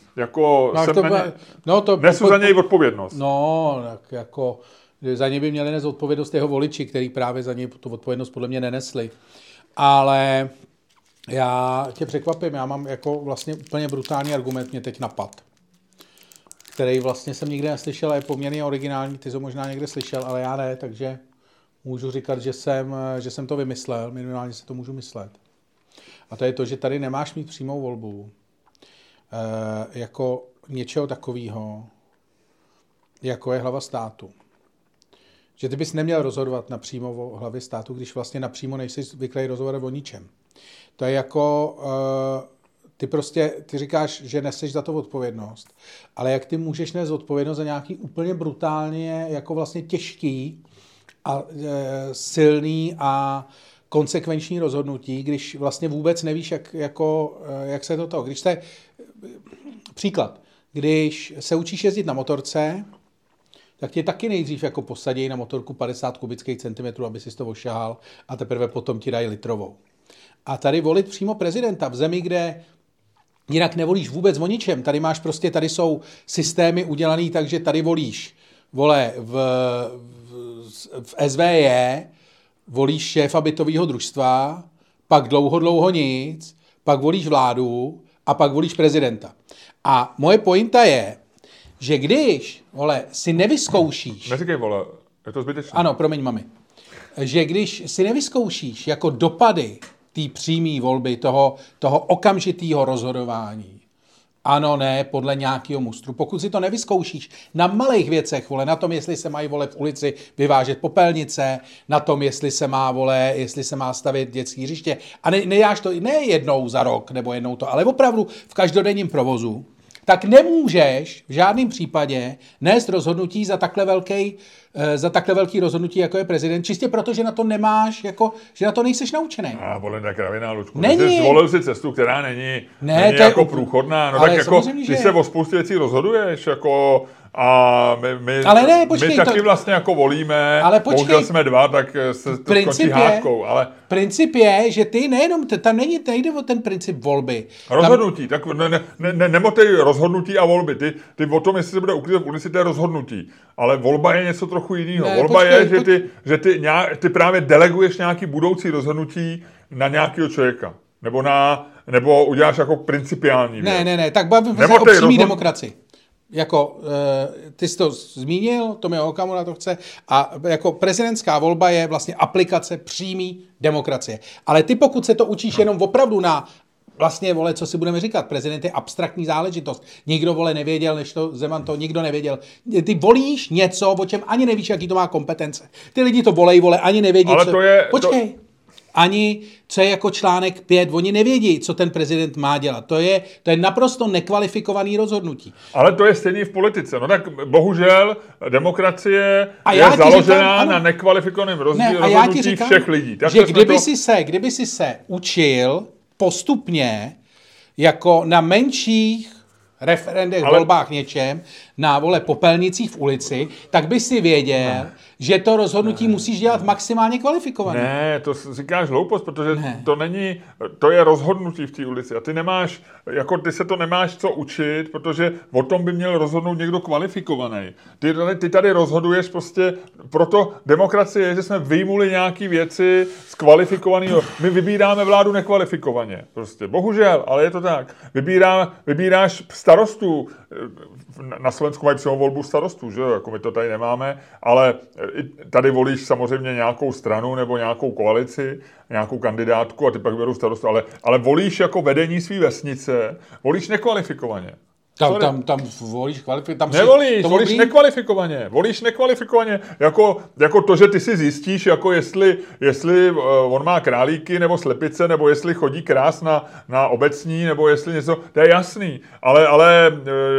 nesu za něj odpovědnost. No, tak jako za něj by měli nést odpovědnost jeho voliči, který právě za něj tu odpovědnost podle mě nenesli. Ale já tě překvapím, já mám jako vlastně úplně brutální argument, mě teď napad, který vlastně jsem nikdy neslyšel a je poměrně originální, ty jsi ho možná někde slyšel, ale já ne, takže můžu říkat, že jsem to vymyslel, minimálně si to můžu myslet. A to je to, že tady nemáš mít přímou volbu jako něčeho takového, jako je hlava státu. Že ty bys neměl rozhodovat napřímo o hlavě státu, když vlastně napřímo nejsi zvyklý rozhodovat o ničem. To je jako... Ty říkáš, že neseš za to odpovědnost, ale jak ty můžeš nést odpovědnost za nějaký úplně brutálně jako vlastně těžký a silný a konsekvenční rozhodnutí, když vlastně vůbec nevíš, jak se to... Příklad. Když se učíš jezdit na motorce, tak tě taky nejdřív jako posadí na motorku 50 kubických centimetrů, aby si to ošahal a teprve potom ti dají litrovou. A tady volit přímo prezidenta v zemi, kde jinak nevolíš vůbec o ničem. Tady jsou systémy udělaný tak, že tady volíš, v SVJ volíš šéfa bytového družstva, pak dlouho nic, pak volíš vládu a pak volíš prezidenta. A moje pointa je, že když, si nevyzkoušíš... Neříkej, je to zbytečné. Ano, promiň, mami. Že když si nevyzkoušíš jako dopady té přímé volby, toho okamžitého rozhodování, ano, ne, podle nějakého mustru. Pokud si to nevyzkoušíš na malých věcech, na tom, jestli se mají v ulici vyvážet popelnice, na tom, jestli se má stavět dětský hřiště, a nejáš to ne jednou za rok, nebo jednou to, ale opravdu v každodenním provozu, tak nemůžeš v žádném případě nést rozhodnutí za takhle velký rozhodnutí, jako je prezident, čistě proto, že na to nemáš, že na to nejseš naučený. Podle kravina, Lučku. Není. Ty jsi zvolil si cestu, která není jako průchodná. No tak jako, když se o spoustě věcí rozhoduješ, jako... A my taky vlastně jako volíme, bohužel jsme dva, tak se to skončí hádkou. Ale... Princip je, že ty nejenom, tam nejde o ten princip volby. Rozhodnutí, tak nemotej rozhodnutí a volby. Ty o tom, jestli se bude uklízet v ulici, to je rozhodnutí. Ale volba je něco trochu jiného. Volba je, že ty právě deleguješ nějaký budoucí rozhodnutí na nějakého člověka. Nebo uděláš jako principiální věc. Ne, tak bavíme se o přímý demokracii. Ty jsi to zmínil, Tomio Okamura to chce, a jako prezidentská volba je vlastně aplikace přímý demokracie. Ale ty, pokud se to učíš jenom opravdu na vlastně, co si budeme říkat, prezident je abstraktní záležitost. Nikdo, nevěděl, než to Zeman to nikdo nevěděl. Ty volíš něco, o čem ani nevíš, jaký to má kompetence. Ty lidi to volej, ani nevědí, ale co... To je, Počkej. Ani co je jako článek 5, oni nevědí, co ten prezident má dělat. To je naprosto nekvalifikovaný rozhodnutí. Ale to je stejný v politice. No tak bohužel demokracie je založená na nekvalifikovaném rozhodnutí všech lidí. Tak že kdyby si se učil postupně, jako na menších referendech, volbách něčem, na vole popelnicích v ulici, tak by si věděl, že to rozhodnutí musíš dělat maximálně kvalifikované. Ne, to říkáš hloupost, protože to není, to je rozhodnutí v té ulici a ty nemáš, jako ty se to nemáš co učit, protože o tom by měl rozhodnout někdo kvalifikovaný. Ty tady rozhoduješ prostě, proto demokracie je, že jsme vyjmuli nějaký věci z kvalifikovaného. My vybíráme vládu nekvalifikovaně, prostě. Bohužel, ale je to tak. Vybíráš starostů, na Slovensku mají přímou volbu starostů, že jo, jako my to tady nemáme, ale tady volíš samozřejmě nějakou stranu nebo nějakou koalici, nějakou kandidátku a ty pak berou starostu, ale volíš jako vedení své vesnice, volíš nekvalifikovaně. Tam volíš kvalifikovaně. Nevolíš, volíš nekvalifikovaně. Jako to, že ty si zjistíš, jako jestli on má králíky nebo slepice, nebo jestli chodí krás na obecní, nebo jestli něco, to je jasný. Ale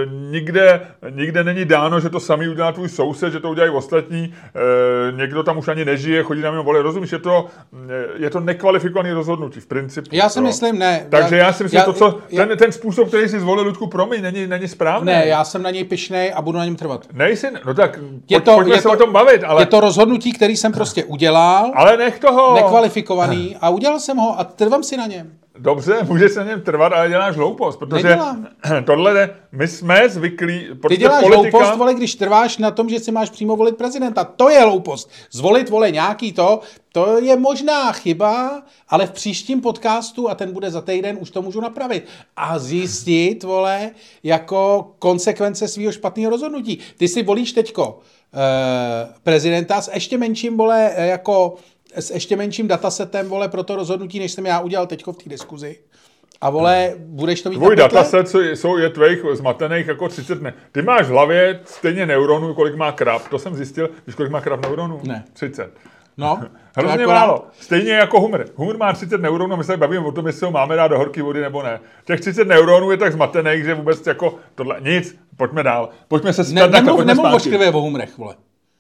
nikde není dáno, že to samý udělá tvůj soused, že to udělají ostatní. Někdo tam už ani nežije, chodí tam jenom volit. Rozumíš, je to nekvalifikovaný rozhodnutí v principu. Já si myslím, ne. Takže já si myslím, ten způsob, který si zvolil, Ludku, promiň, není správný. Ne, já jsem na něj pyšnej a budu na něm trvat. Nejsi, no tak pojďme se o tom bavit, ale... Je to rozhodnutí, který jsem prostě udělal. Ale nech toho. Nekvalifikovaný a udělal jsem ho a trvám si na něm. Dobře, můžeš se na něm trvat, ale děláš hloupost, protože tohle my jsme zvyklí... Ty děláš hloupost, vole, když trváš na tom, že si máš přímo volit prezidenta. To je hloupost. Zvolit, vole, nějaký to je možná chyba, ale v příštím podcastu, a ten bude za týden, už to můžu napravit. A zjistit, vole, jako konsekvence svého špatného rozhodnutí. Ty si volíš teďko prezidenta s ještě menším, vole, jako... s ještě menším datasetem, vole, pro to rozhodnutí, než jsem já udělal teďko v té diskuzi. A vole, budeš to mít tvůj dataset je tvých zmatených jako 30 ne. Ty máš v hlavě stejně neuronů, kolik má krab. To jsem zjistil, víš, kolik má krab neuronů? Ne. 30. No. Hrozně málo. Stejně jako humor. Humor má 30 neuronů a my se bavíme o tom, jestli ho máme dát do horké vody nebo ne. Těch 30 neuronů je tak zmatených, že vůbec jako tohle nic. Pojďme dál. Pojďme se stát Nemluv ošklivé o humrech, vole.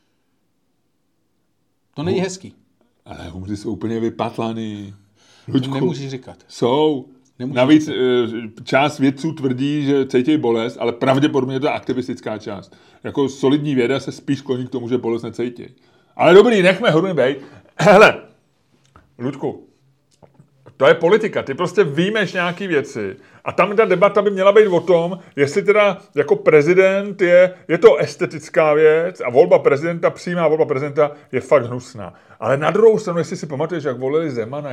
To není hezký. Ale humři jsou úplně vypatlaný. Luďku, nemůžeš říkat. Jsou. Navíc část vědců tvrdí, že cítí bolest, ale pravděpodobně je to aktivistická část. Jako solidní věda se spíš kloní k tomu, že bolest necítí. Ale dobrý, nechme hodně bejt. Hele, Luďku, to je politika. Ty prostě výjmeš nějaký věci. A tam ta debata by měla být o tom, jestli teda jako prezident je to estetická věc a přímá volba prezidenta je fakt hnusná. Ale na druhou stranu, jestli si pamatuješ, jak volili Zemana,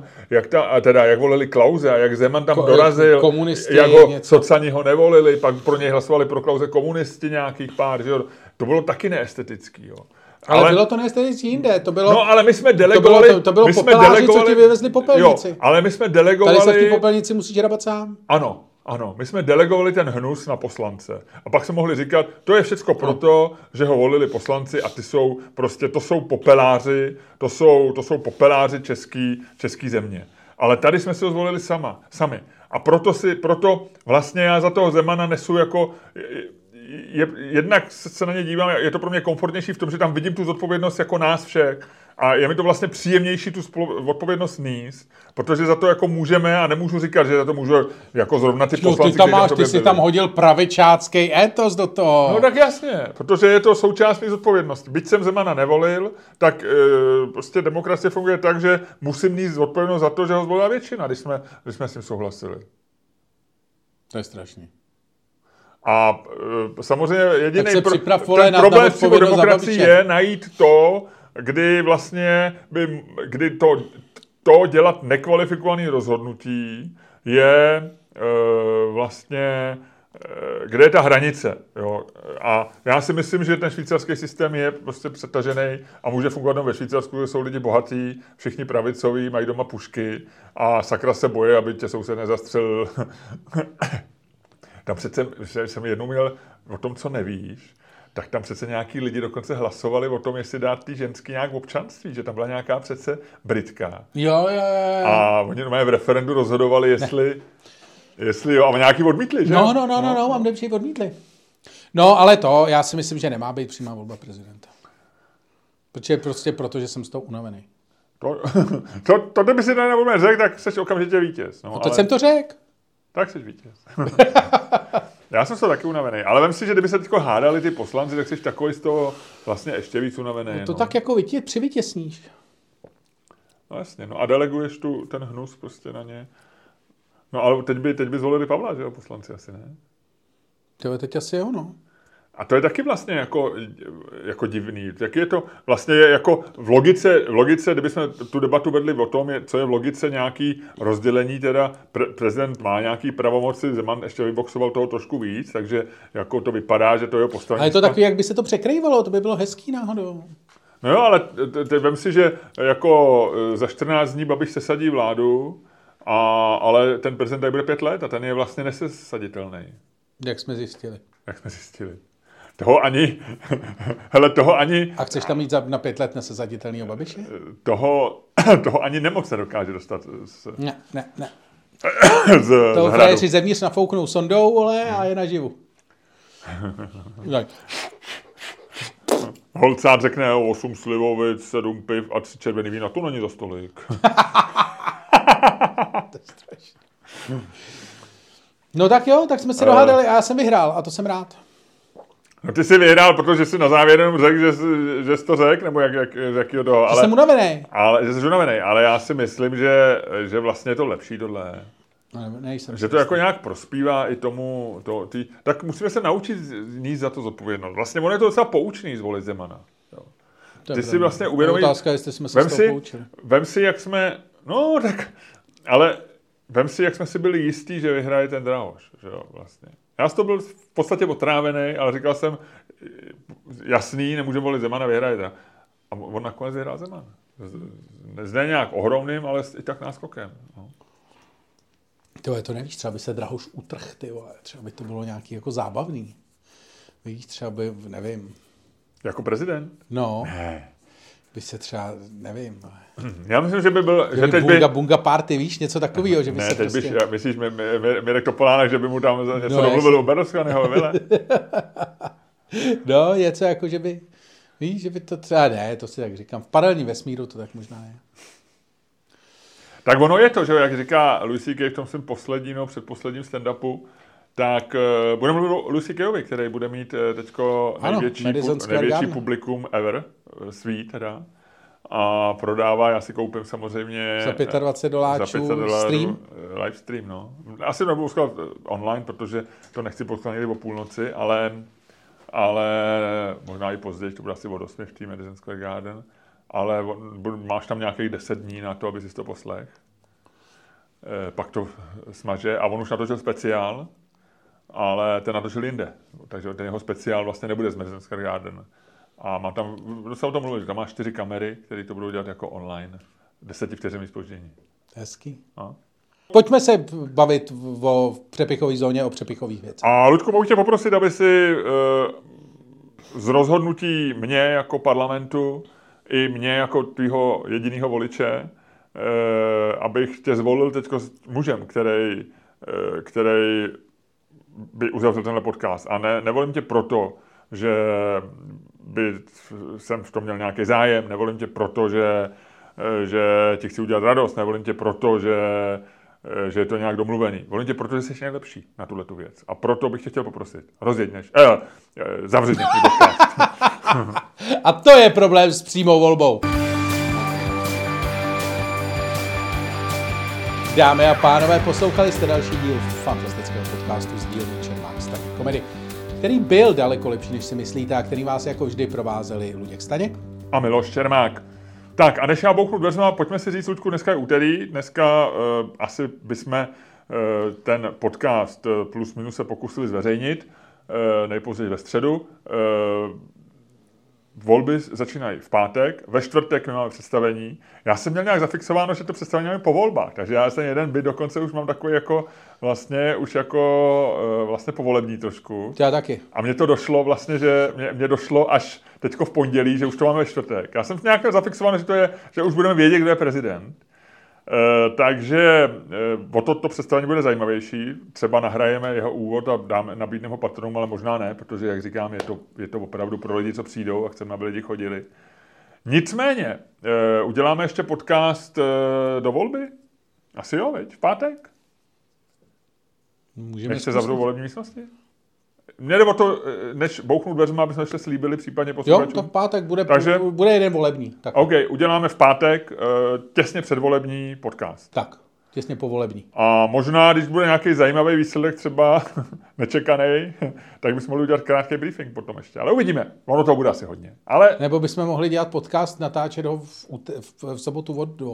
jak volili Klause a jak Zeman tam dorazil, komunisti, jak ho socani ho nevolili, pak pro něj hlasovali pro Klause komunisti nějakých pár, že jo. To bylo taky neestetický, jo. Ale bylo to neestetický jinde, to bylo... No, ale my jsme delegovali... To bylo popeláři, co ti vyvezli popelnici. Jo, ale my jsme delegovali... Tady se v té popelnici musíš hrabat sám. Ano, my jsme delegovali ten hnus na poslance. A pak se mohli říkat, to je všecko proto, že ho volili poslanci a to jsou popeláři, to jsou popeláři český země. Ale tady jsme si ho zvolili sami. A proto vlastně já za toho Zemana nesu jako... Jednak se na ně dívám, je to pro mě komfortnější v tom, že tam vidím tu zodpovědnost jako nás všech. A je mi to vlastně příjemnější tu odpovědnost níst, protože za to jako můžeme a nemůžu říkat, že za to můžu jako zrovna ty poslanci, ty jsi tam hodil pravičácký étos do toho. No tak jasně, protože je to součást mé zodpovědnosti. Byť jsem Zemana nevolil, tak prostě demokracie funguje tak, že musím níst zodpovědnost za to, že ho zvolila většina, když jsme s tím souhlasili. To je strašný. A samozřejmě jediný problém s demokracií je najít to, kdy vlastně kdy to dělat nekvalifikované rozhodnutí je vlastně kde je ta hranice. Jo? A já si myslím, že ten švýcarský systém je prostě přetažený a může fungovat jenom ve Švýcarsku, kde jsou lidi bohatí, všichni pravicoví, mají doma pušky a sakra se boje, aby tě soused nezastřelil. Tam přece, jsem jednou měl o tom, co nevíš, tak tam přece nějaký lidi dokonce hlasovali o tom, jestli dát ty ženský nějak občanství, že tam byla nějaká přece Britka. Jo. A oni v referendu rozhodovali, jestli jo, a nějaký odmítli, že? No, mám lepší odmítli. No, ale já si myslím, že nemá být přímá volba prezidenta. Protože jsem z toho unavený. To kdyby si na řekl, tak jsi okamžitě vítěz. No, teď jsem to řekl. Tak jsi vítěz. Já jsem z toho taky unavený, ale vem si, že kdyby se teďko hádali ty poslanci, tak jsi takový z toho vlastně ještě víc unavený. No to tak jako přivytěsníš. No jasně, no a deleguješ ten hnus prostě na ně. No ale teď by zvolili Pavla, že jo, poslanci asi, ne? Teď asi jo, no. A to je taky vlastně jako divný. Jak je to vlastně jako v logice, kdybychom tu debatu vedli o tom, co je v logice nějaký rozdělení, teda prezident má nějaký pravomoci, Zeman ještě vyboxoval toho trošku víc, takže jako to vypadá, že to je postavení. Ale je to takový, jak by se to překrývalo, to by bylo hezký náhodou. No jo, ale vem si, že jako za 14 dní Babiš sesadí vládu, ale ten prezident tady bude 5 let a ten je vlastně nesesaditelný. Jak jsme zjistili. Toho ani... A chceš tam mít na 5 let nesesaditelného Babiše? Toho ani nemoc se dokáže dostat Ne. z toho hradu. frajeři zevnitř nafouknou sondou, vole, a je naživu. Holcát řekne 8 slivovic, 7 piv a 3 červený vína. To není za stolik. To je strašné. No tak jo, tak jsme se dohádali a já jsem vyhrál a to jsem rád. No ty jsi vyhrál, protože jsi na závěr jenom řekl, že jsi to řekl, nebo jakýho toho. Že jsem unavený. Že jsi unavený, ale já si myslím, že vlastně je to lepší tohle. Že to jako nějak prospívá i tomu, tak musíme se naučit níst za to zodpovědnost. Vlastně ono je to docela poučný zvolit Zemana. Jo. Ty si vlastně uvědomí... Otázka, jestli jsme se z toho poučili. Vem si, jak jsme... No, tak... Ale vem si, jak jsme si byli jistí, že vyhraje ten Drahoš. Že jo, vlastně. Já jsem to byl v podstatě otrávený, ale říkal jsem, jasný, nemůžeme volit Zemana, vyhraje ta. A on nakonec vyhrál Zeman. Ne nějak ohromným, ale i tak náskokem. No. To nevíš, třeba by se Drahoš utrhl, ty vole. Třeba by to bylo nějaký jako zábavný. Víš, třeba by, nevím. Jako prezident? No. Ne. By se třeba, nevím. Já myslím, že by byl... Že teď bunga party, víš, něco takového, že by se prostě... Myslíš, Mirek Topolánek, že by mu tam něco domluvil u Berlusconiho vile? No, něco jako, že by... Víš, že by to třeba... Ne, to si tak říkám. V paralelním vesmíru to tak možná je. Tak ono je to, že jak říká Louis C.K. v tom svém předposledním stand-upu, tak budeme mluvit o Louis C.K.ovi, který bude mít teďko největší publikum ever, svý teda. A prodává, já si koupím samozřejmě... Za $25 stream? Live stream, no. Asi nebudu skládat online, protože to nechci poslat někdy o půlnoci, ale možná i později, to bude asi od 8 v té Madison Square Garden. Ale máš tam nějakých 10 dní na to, aby si to poslech. Pak to smaže a on už natočil speciál, ale ten natočil jinde. Takže ten jeho speciál vlastně nebude z Madison Square Garden. A má tam, docela o tom mluvit, tam má 4 kamery, které to budou dělat jako online. 10 vteřin zpoždění. Hezký. A? Pojďme se bavit o přepichové zóně, o přepichových věcech. A Luďku, mohu tě poprosit, aby si z rozhodnutí mě jako parlamentu i mě jako tvýho jediného voliče, abych tě zvolil teď mužem, který by uzavřel tenhle podcast. A nevolím tě proto, že by jsem v tom měl nějaký zájem, nevolím tě proto, že ti chci udělat radost, nevolím tě proto, že je to nějak domluvený. Volím tě proto, že jsi nejlepší na tuhletu věc. A proto bych tě chtěl poprosit. Zavři dnešní podcast. A to je problém s přímou volbou. Dámy a pánové, poslouchali jste další díl fantastického podcastu z dílny Čermák Staněk Komedy, který byl daleko lepší, než si myslíte, a který vás jako vždy provázeli Luděk Staněk a Miloš Čermák. Tak a než já bouchnu dveřma, pojďme si říct, Luďku, dneska je úterý, dneska asi bychom ten podcast plus minus se pokusili zveřejnit, nejpozději ve středu. Volby začínají v pátek, ve čtvrtek my máme představení. Já jsem měl nějak zafixováno, že to představení máme po volbách, takže já jsem jeden byt dokonce už mám takový jako vlastně povolební trošku. Já taky. A mně to došlo vlastně, že mě došlo až teďko v pondělí, že už to máme ve čtvrtek. Já jsem nějak zafixováno, že už budeme vědět, kdo je prezident. Takže o to představení bude zajímavější. Třeba nahrajeme jeho úvod a nabídneme ho patronům, ale možná ne, protože, jak říkám, je to opravdu pro lidi, co přijdou a chceme, aby lidi chodili. Nicméně, uděláme ještě podcast do volby? Asi jo, veď? V pátek? Můžeme než se zavřou volební místnosti? Mně jde o to, než bouchnout dveřma, aby jsme ještě slíbili případně Jo, posluchačům. to v pátek Takže- bude jeden volební. Tak. OK, uděláme v pátek těsně předvolební podcast. Tak, těsně po volební. A možná, když bude nějaký zajímavý výsledek, třeba nečekaný, tak bychom mohli udělat krátký briefing potom ještě. Ale uvidíme. Ono to bude asi hodně. Ale Nebo bychom mohli dělat podcast, natáčet ho v sobotu od 2.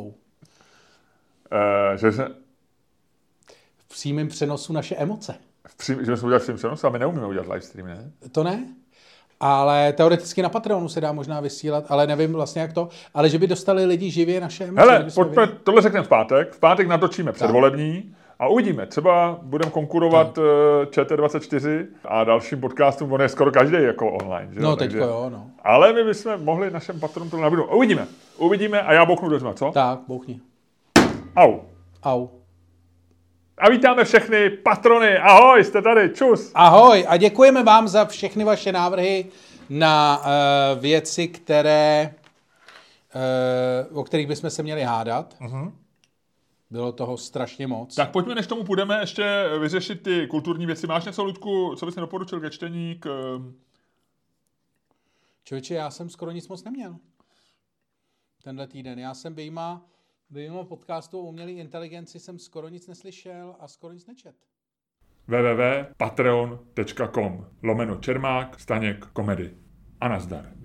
že se... V přímém přenosu naše emoce. Že jsme udělali v přenosu a my neumíme udělat livestream, ne? To ne? Ale teoreticky na Patreonu se dá možná vysílat, ale nevím vlastně jak to, ale že by dostali lidi živě naše emoce. Hele, kdyby jsme pojďme, věděli. tohle řekneme v pátek. V pátek natočíme předvolební a uvidíme. Třeba budeme konkurovat ČT24 a dalším podcastům. On je skoro každý jako online. Že? No, Takže... teďko jo, no. Ale my bychom mohli našem patronům to nabídnout. Uvidíme. Uvidíme a já bouchnu dveřma, co? Tak, bouchni. Au. Au. A vítáme všechny patrony. Ahoj, jste tady. Čus. Ahoj a děkujeme vám za všechny vaše návrhy na věci, o kterých bychom se měli hádat. Bylo toho strašně moc. Tak pojďme, než tomu půjdeme, ještě vyřešit ty kulturní věci. Máš něco, Ludku, co bys mi doporučil ke čtení? Člověče, já jsem skoro nic moc neměl tenhle týden. Já jsem vyjma podcastu o umělé inteligenci jsem skoro nic neslyšel a skoro nic nečet. www.patreon.com/Čermák Staněk komedy. A nazdar.